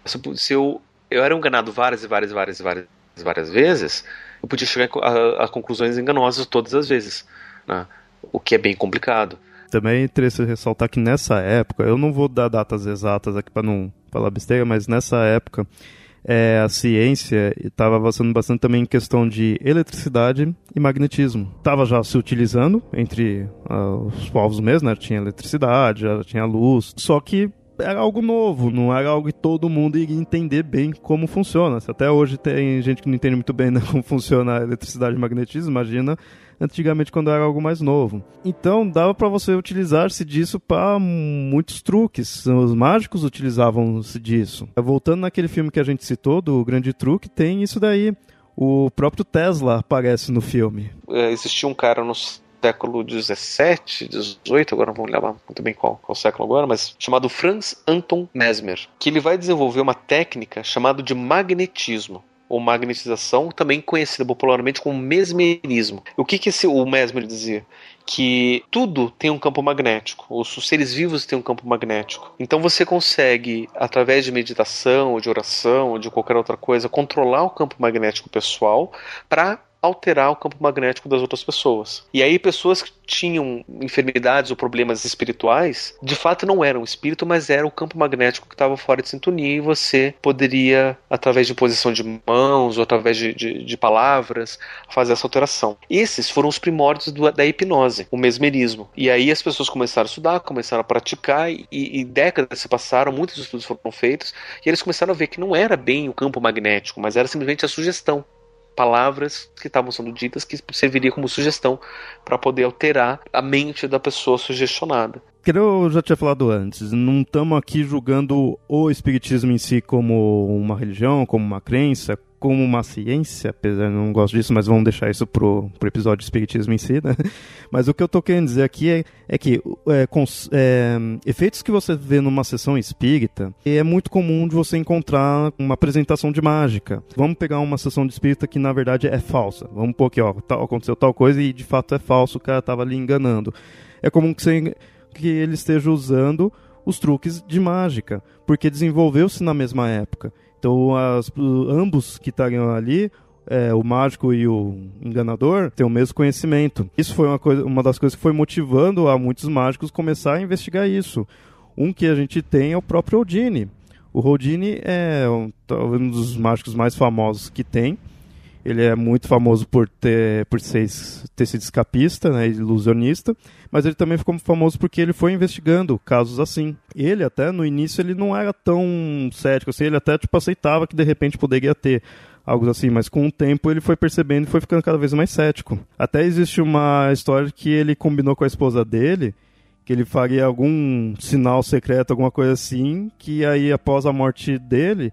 Se eu, eu era enganado várias e várias e várias e várias, várias vezes, eu podia chegar a, a conclusões enganosas todas as vezes, né? O que é bem complicado. Também é interessante ressaltar que nessa época, eu não vou dar datas exatas aqui para não falar besteira, mas nessa época é, a ciência estava avançando bastante também em questão de eletricidade e magnetismo. Estava já se utilizando entre uh, os povos mesmo, né? Tinha eletricidade, já tinha luz, só que era algo novo, não era algo que todo mundo iria entender bem como funciona. Se até hoje tem gente que não entende muito bem, né, como funciona a eletricidade e magnetismo, imagina antigamente quando era algo mais novo. Então dava para você utilizar-se disso para muitos truques. Os mágicos utilizavam-se disso. Voltando naquele filme que a gente citou, do Grande Truque, tem isso daí. O próprio Tesla aparece no filme. É, existia um cara no século dezessete, dezoito, agora não vou lembrar muito bem qual, qual século agora, mas chamado Franz Anton Mesmer, que ele vai desenvolver uma técnica chamada de magnetismo, ou magnetização, também conhecida popularmente como mesmerismo. O que que esse, o Mesmer dizia? Que tudo tem um campo magnético, os seres vivos têm um campo magnético. Então você consegue, através de meditação, ou de oração, ou de qualquer outra coisa, controlar o campo magnético pessoal para alterar o campo magnético das outras pessoas. E aí pessoas que tinham enfermidades ou problemas espirituais, de fato não eram o espírito, mas era o campo magnético que estava fora de sintonia, e você poderia, através de posição de mãos ou através de, de, de palavras, fazer essa alteração. Esses foram os primórdios do, da hipnose, o mesmerismo. E aí as pessoas começaram a estudar, começaram a praticar, e, e décadas se passaram, muitos estudos foram feitos, e eles começaram a ver que não era bem o campo magnético, mas era simplesmente a sugestão. Palavras que estavam sendo ditas que serviria como sugestão para poder alterar a mente da pessoa sugestionada. Que eu já tinha falado antes, não estamos aqui julgando o espiritismo em si como uma religião, como uma crença, como uma ciência, apesar de não gosto disso, mas vamos deixar isso pro, pro episódio de espiritismo em si, né? Mas o que eu tô querendo dizer aqui é, é que é, cons, é, efeitos que você vê numa sessão espírita é muito comum de você encontrar uma apresentação de mágica. Vamos pegar uma sessão de espírita que na verdade é falsa. Vamos pôr aqui, ó, tal, aconteceu tal coisa e de fato é falso, o cara tava ali enganando. É comum que, você, que ele esteja usando os truques de mágica, porque desenvolveu-se na mesma época. Então, as, ambos que estariam ali, é, o mágico e o enganador, têm o mesmo conhecimento. Isso foi uma, coisa, uma das coisas que foi motivando a muitos mágicos começar a investigar isso. Um que a gente tem é o próprio Houdini. O Houdini é um, talvez um dos mágicos mais famosos que tem. Ele é muito famoso por ter, por ser, ter sido escapista, né, ilusionista, mas ele também ficou famoso porque ele foi investigando casos assim. Ele até, no início, ele não era tão cético, assim, ele até tipo, aceitava que de repente poderia ter algo assim, mas com o tempo ele foi percebendo e foi ficando cada vez mais cético. Até existe uma história que ele combinou com a esposa dele, que ele faria algum sinal secreto, alguma coisa assim, que aí após a morte dele,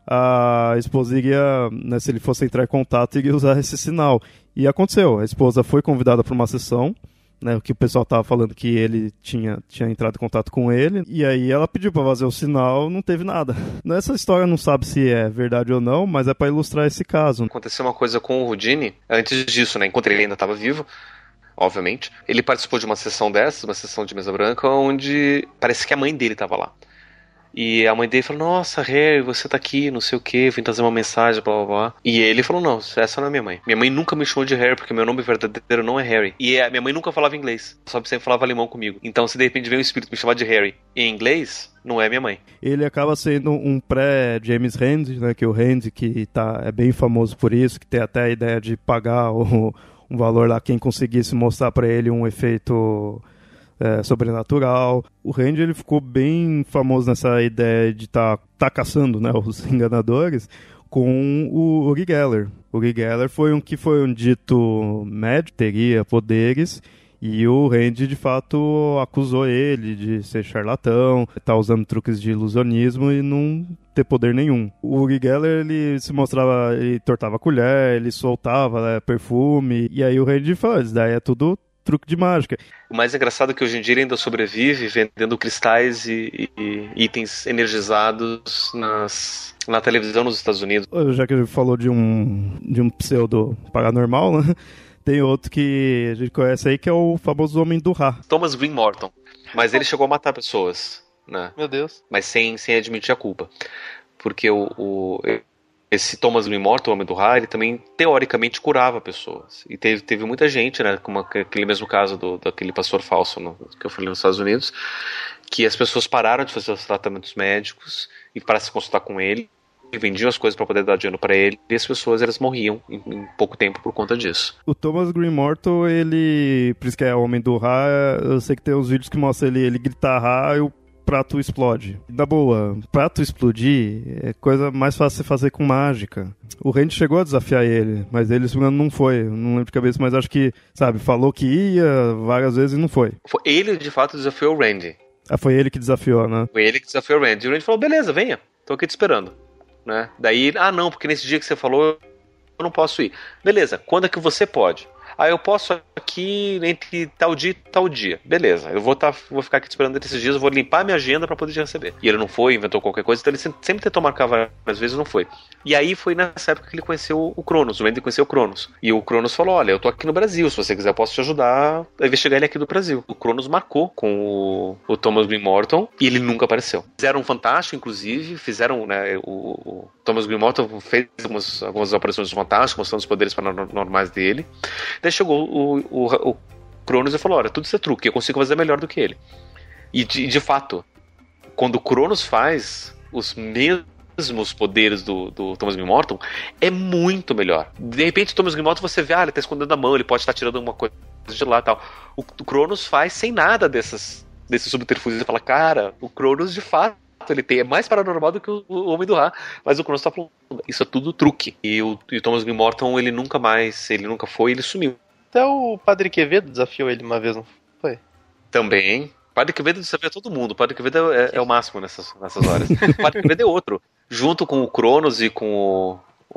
a esposa iria, né, se ele fosse entrar em contato, iria usar esse sinal. E aconteceu, a esposa foi convidada para uma sessão, né, que o pessoal estava falando que ele tinha, tinha entrado em contato com ele, e aí ela pediu para fazer o sinal, não teve nada. Nessa história não sabe se é verdade ou não, mas é para ilustrar esse caso. Aconteceu uma coisa com o Houdini, antes disso, né, enquanto ele ainda estava vivo, obviamente. Ele participou de uma sessão dessas, uma sessão de mesa branca, onde parece que a mãe dele estava lá. E a mãe dele falou, nossa, Harry, você tá aqui, não sei o que, vim trazer uma mensagem, blá blá blá. E ele falou, não, essa não é minha mãe. Minha mãe nunca me chamou de Harry, porque meu nome verdadeiro não é Harry. E a minha mãe nunca falava inglês, só sempre falava alemão comigo. Então se de repente vem um espírito me chamar de Harry em inglês, não é minha mãe. Ele acaba sendo um pré-James Randi, né, que o Randi, que tá, é bem famoso por isso, que tem até a ideia de pagar o, um valor lá, quem conseguisse mostrar pra ele um efeito... é, sobrenatural. O Randy, ele ficou bem famoso nessa ideia de estar tá, tá caçando, né, os enganadores com o Uri Geller. O Uri Geller foi um que foi um dito médico, teria poderes, e o Randy, de fato, acusou ele de ser charlatão, estar usando truques de ilusionismo e não ter poder nenhum. O Uri Geller, ele se mostrava, ele tortava a colher, ele soltava, né, perfume, e aí o Randy falou, isso daí é tudo truque de mágica. O mais engraçado é que hoje em dia ele ainda sobrevive vendendo cristais e, e, e itens energizados nas, na televisão nos Estados Unidos. Já que ele falou de um, de um pseudo paranormal, né? Tem outro que a gente conhece aí, que é o famoso Homem do Ra. Thomas Green Morton. Mas ele chegou a matar pessoas, né? Meu Deus. Mas sem, sem admitir a culpa. Porque o, o, esse Thomas Green Morton, o Homem do Ra, ele também, teoricamente, curava pessoas. E teve, teve muita gente, né? Como aquele mesmo caso do, daquele pastor falso no, que eu falei nos Estados Unidos, que as pessoas pararam de fazer os tratamentos médicos e para se consultar com ele, vendiam as coisas para poder dar dinheiro para ele, e as pessoas, elas morriam em, em pouco tempo por conta disso. O Thomas Green Morton, ele, por isso que é Homem do Ra, eu sei que tem uns vídeos que mostram ele, ele gritar Ra e o prato explode. Na boa, prato explodir é coisa mais fácil de fazer com mágica. O Randy chegou a desafiar ele, mas ele, se não foi, não lembro de cabeça, mas acho que, sabe, falou que ia várias vezes e não foi. Ele, de fato, desafiou o Randy. Ah, foi ele que desafiou, né? Foi ele que desafiou o Randy. E o Randy falou, beleza, venha, tô aqui te esperando. Né? Daí, ah não, porque nesse dia que você falou eu não posso ir. Beleza, quando é que você pode? Ah, eu posso aqui entre tal dia e tal dia. Beleza, eu vou, tá, vou ficar aqui te esperando esses dias, eu vou limpar minha agenda pra poder te receber. E ele não foi, inventou qualquer coisa, então ele sempre tentou marcar várias vezes e não foi. E aí foi nessa época que ele conheceu o Cronos, o Randy conheceu o Cronos. E o Cronos falou, olha, eu tô aqui no Brasil, se você quiser eu posso te ajudar a investigar ele aqui do Brasil. O Cronos marcou com o, o Thomas Green Morton e ele nunca apareceu. Fizeram um fantástico, inclusive, fizeram, né, o, o Thomas Green Morton fez algumas, algumas aparições do Fantástico, mostrando os poderes paranormais dele. Daí chegou o, o, o Cronos e falou, olha, tudo isso é truque, eu consigo fazer melhor do que ele. E de, de fato, quando o Cronos faz os mesmos poderes do, do Thomas Green Morton, é muito melhor. De repente o Thomas Green Morton você vê, ah, ele tá escondendo a mão, ele pode estar tirando alguma coisa de lá e tal. O, o Cronos faz sem nada dessas, desses subterfúgios. Você fala, cara, o Cronos de fato ele tem, é mais paranormal do que o, o Homem do Ra, mas o Cronos tá falando, isso é tudo truque. E o, e o Thomas Green Morton, ele nunca mais, ele nunca foi, ele sumiu. Até o Padre Quevedo desafiou ele uma vez, não foi? Também. O Padre Quevedo desafia todo mundo. O Padre Quevedo é, é o máximo nessas, nessas horas. O Padre Quevedo é outro. Junto com o Cronos e com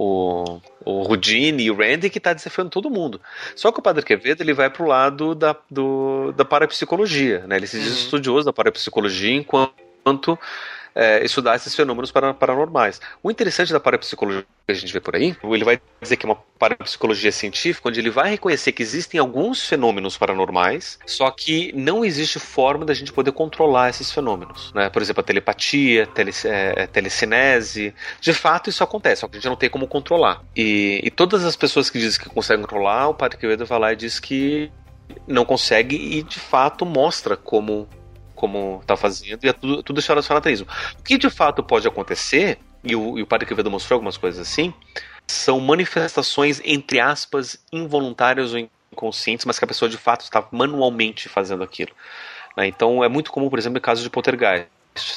o, o, o Houdini e o Randy, que tá desafiando todo mundo. Só que o Padre Quevedo, ele vai pro lado da, do, da parapsicologia, né? Ele se diz uhum. estudioso da parapsicologia, enquanto É, estudar esses fenômenos paranormais. O interessante da parapsicologia que a gente vê por aí, ele vai dizer que é uma parapsicologia científica, onde ele vai reconhecer que existem alguns fenômenos paranormais, só que não existe forma da gente poder controlar esses fenômenos, né? Por exemplo, a telepatia, tele, é, telecinese, de fato isso acontece, só que a gente não tem como controlar. E, e todas as pessoas que dizem que conseguem controlar, o Padre Quevedo vai lá e diz que não consegue e de fato mostra como como tá fazendo, e é tudo, tudo história do fanatismo. O que de fato pode acontecer, e o, e o Padre Quevedo mostrou algumas coisas assim, são manifestações, entre aspas, involuntárias ou inconscientes, mas que a pessoa de fato está manualmente fazendo aquilo. Né? Então é muito comum, por exemplo, em casos de poltergeist,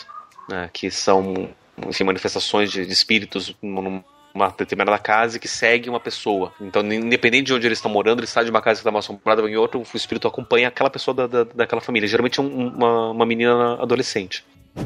né? Que são, enfim, manifestações de, de espíritos num uma determinada casa que segue uma pessoa. Então, independente de onde eles estão morando, eles saem de uma casa que está mal assombrada, em outra, o espírito acompanha aquela pessoa da, da, daquela família. Geralmente é um, uma, uma menina adolescente.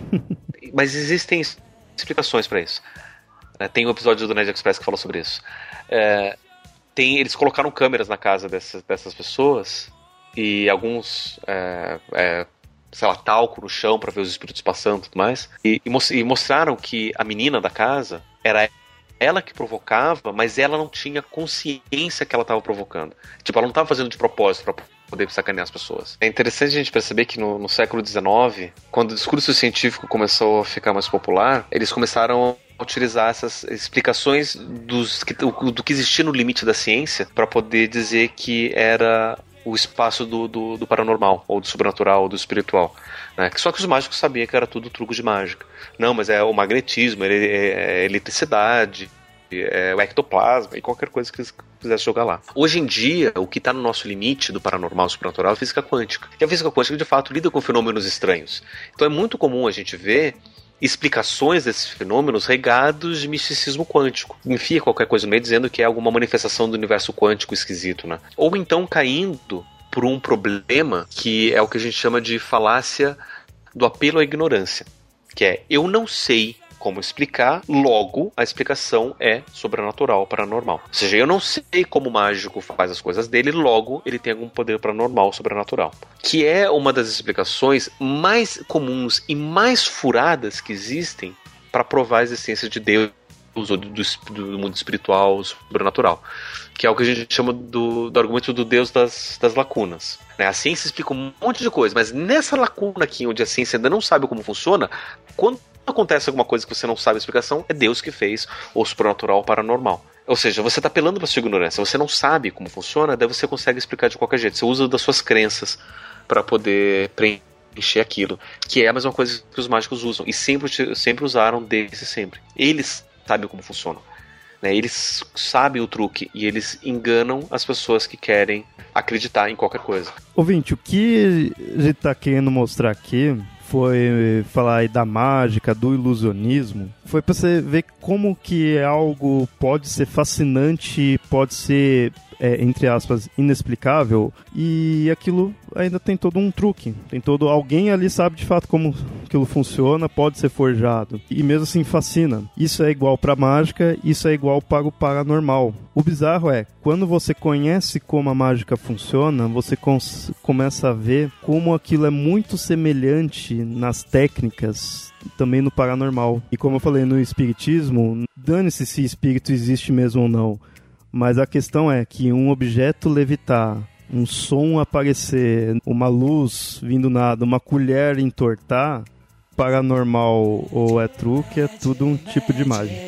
Mas existem explicações para isso. É, tem um episódio do Nerd Express que falou sobre isso. É, tem, eles colocaram câmeras na casa dessas, dessas pessoas e alguns... É, é, sei lá, talco no chão para ver os espíritos passando e tudo mais. E, e mostraram que a menina da casa era ela que provocava, mas ela não tinha consciência que ela estava provocando. Tipo, ela não estava fazendo de propósito para poder sacanear as pessoas. É interessante a gente perceber que no, no século dezenove, quando o discurso científico começou a ficar mais popular, eles começaram a utilizar essas explicações dos, do, do que existia no limite da ciência para poder dizer que era o espaço do, do, do paranormal, ou do sobrenatural, ou do espiritual. Né? Só que os mágicos sabiam que era tudo truque de mágica. Não, mas é o magnetismo, é, é eletricidade, é, o ectoplasma e qualquer coisa que eles quisessem jogar lá. Hoje em dia, o que está no nosso limite do paranormal e supernatural é a física quântica. E a física quântica, de fato, lida com fenômenos estranhos. Então é muito comum a gente ver explicações desses fenômenos regados de misticismo quântico. Enfia qualquer coisa no meio dizendo que é alguma manifestação do universo quântico esquisito, né? Ou então caindo por um problema que é o que a gente chama de falácia do apelo à ignorância. Que é, eu não sei como explicar, logo a explicação é sobrenatural, paranormal. Ou seja, eu não sei como o mágico faz as coisas dele, logo ele tem algum poder paranormal, sobrenatural. Que é uma das explicações mais comuns e mais furadas que existem para provar a existência de Deus ou do, do, do mundo espiritual, sobrenatural. Que é o que a gente chama do, do argumento do Deus das, das lacunas. Né? A ciência explica um monte de coisa, mas nessa lacuna aqui, onde a ciência ainda não sabe como funciona, quando acontece alguma coisa que você não sabe a explicação, é Deus que fez, ou sobrenatural ou paranormal. Ou seja, você está apelando para sua ignorância, você não sabe como funciona, daí você consegue explicar de qualquer jeito. Você usa das suas crenças para poder preencher aquilo, que é a mesma coisa que os mágicos usam, e sempre, sempre usaram desde sempre. Eles sabem como funciona. Né? Eles sabem o truque e eles enganam as pessoas que querem acreditar em qualquer coisa. Ouvinte, o que a gente está querendo mostrar aqui foi falar aí da mágica, do ilusionismo, foi para você ver como que algo pode ser fascinante, pode ser, é, entre aspas, inexplicável, e aquilo ainda tem todo um truque, tem todo, alguém ali sabe de fato como aquilo funciona, pode ser forjado, e mesmo assim fascina. Isso é igual para mágica, isso é igual para o paranormal. O bizarro é, quando você conhece como a mágica funciona, você cons- começa a ver como aquilo é muito semelhante nas técnicas, também no paranormal. E como eu falei no espiritismo, dane-se se espírito existe mesmo ou não, mas a questão é que um objeto levitar, um som aparecer, uma luz vindo nada, uma colher entortar, paranormal ou é truque, é tudo um tipo de mágica.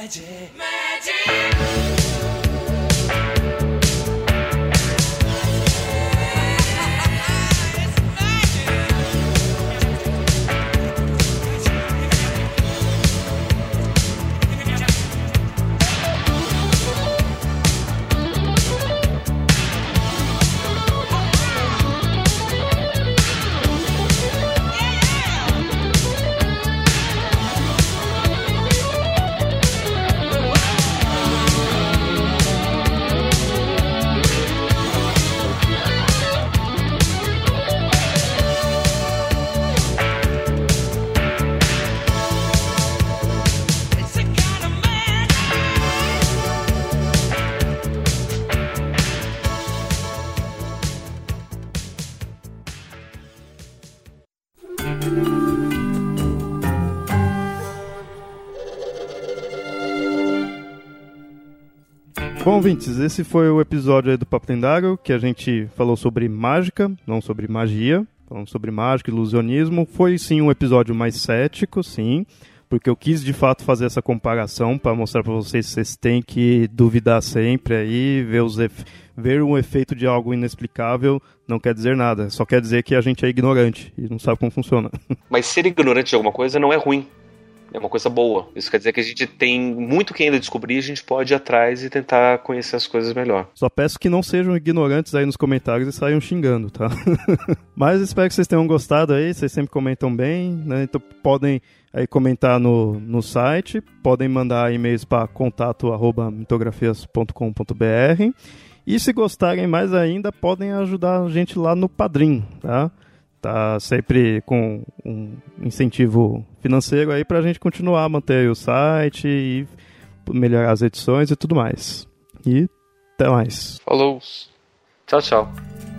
Bom, ouvintes, esse foi o episódio aí do Papo Lendário, que a gente falou sobre mágica, não sobre magia, falamos sobre mágica, ilusionismo. Foi sim um episódio mais cético, sim, porque eu quis de fato fazer essa comparação para mostrar para vocês que vocês têm que duvidar sempre aí, ver, os efe... ver um efeito de algo inexplicável não quer dizer nada, só quer dizer que a gente é ignorante e não sabe como funciona. Mas ser ignorante de alguma coisa não é ruim. É uma coisa boa. Isso quer dizer que a gente tem muito que ainda descobrir e a gente pode ir atrás e tentar conhecer as coisas melhor. Só peço que não sejam ignorantes aí nos comentários e saiam xingando, tá? Mas espero que vocês tenham gostado aí, vocês sempre comentam bem, né? Então podem aí comentar no, no site, podem mandar e-mails para contato arroba mitografias ponto com ponto b r e se gostarem mais ainda, podem ajudar a gente lá no Padrim, tá? Tá sempre com um incentivo financeiro aí pra gente continuar a manter o site e melhorar as edições e tudo mais. E até mais. Falou. Tchau, tchau.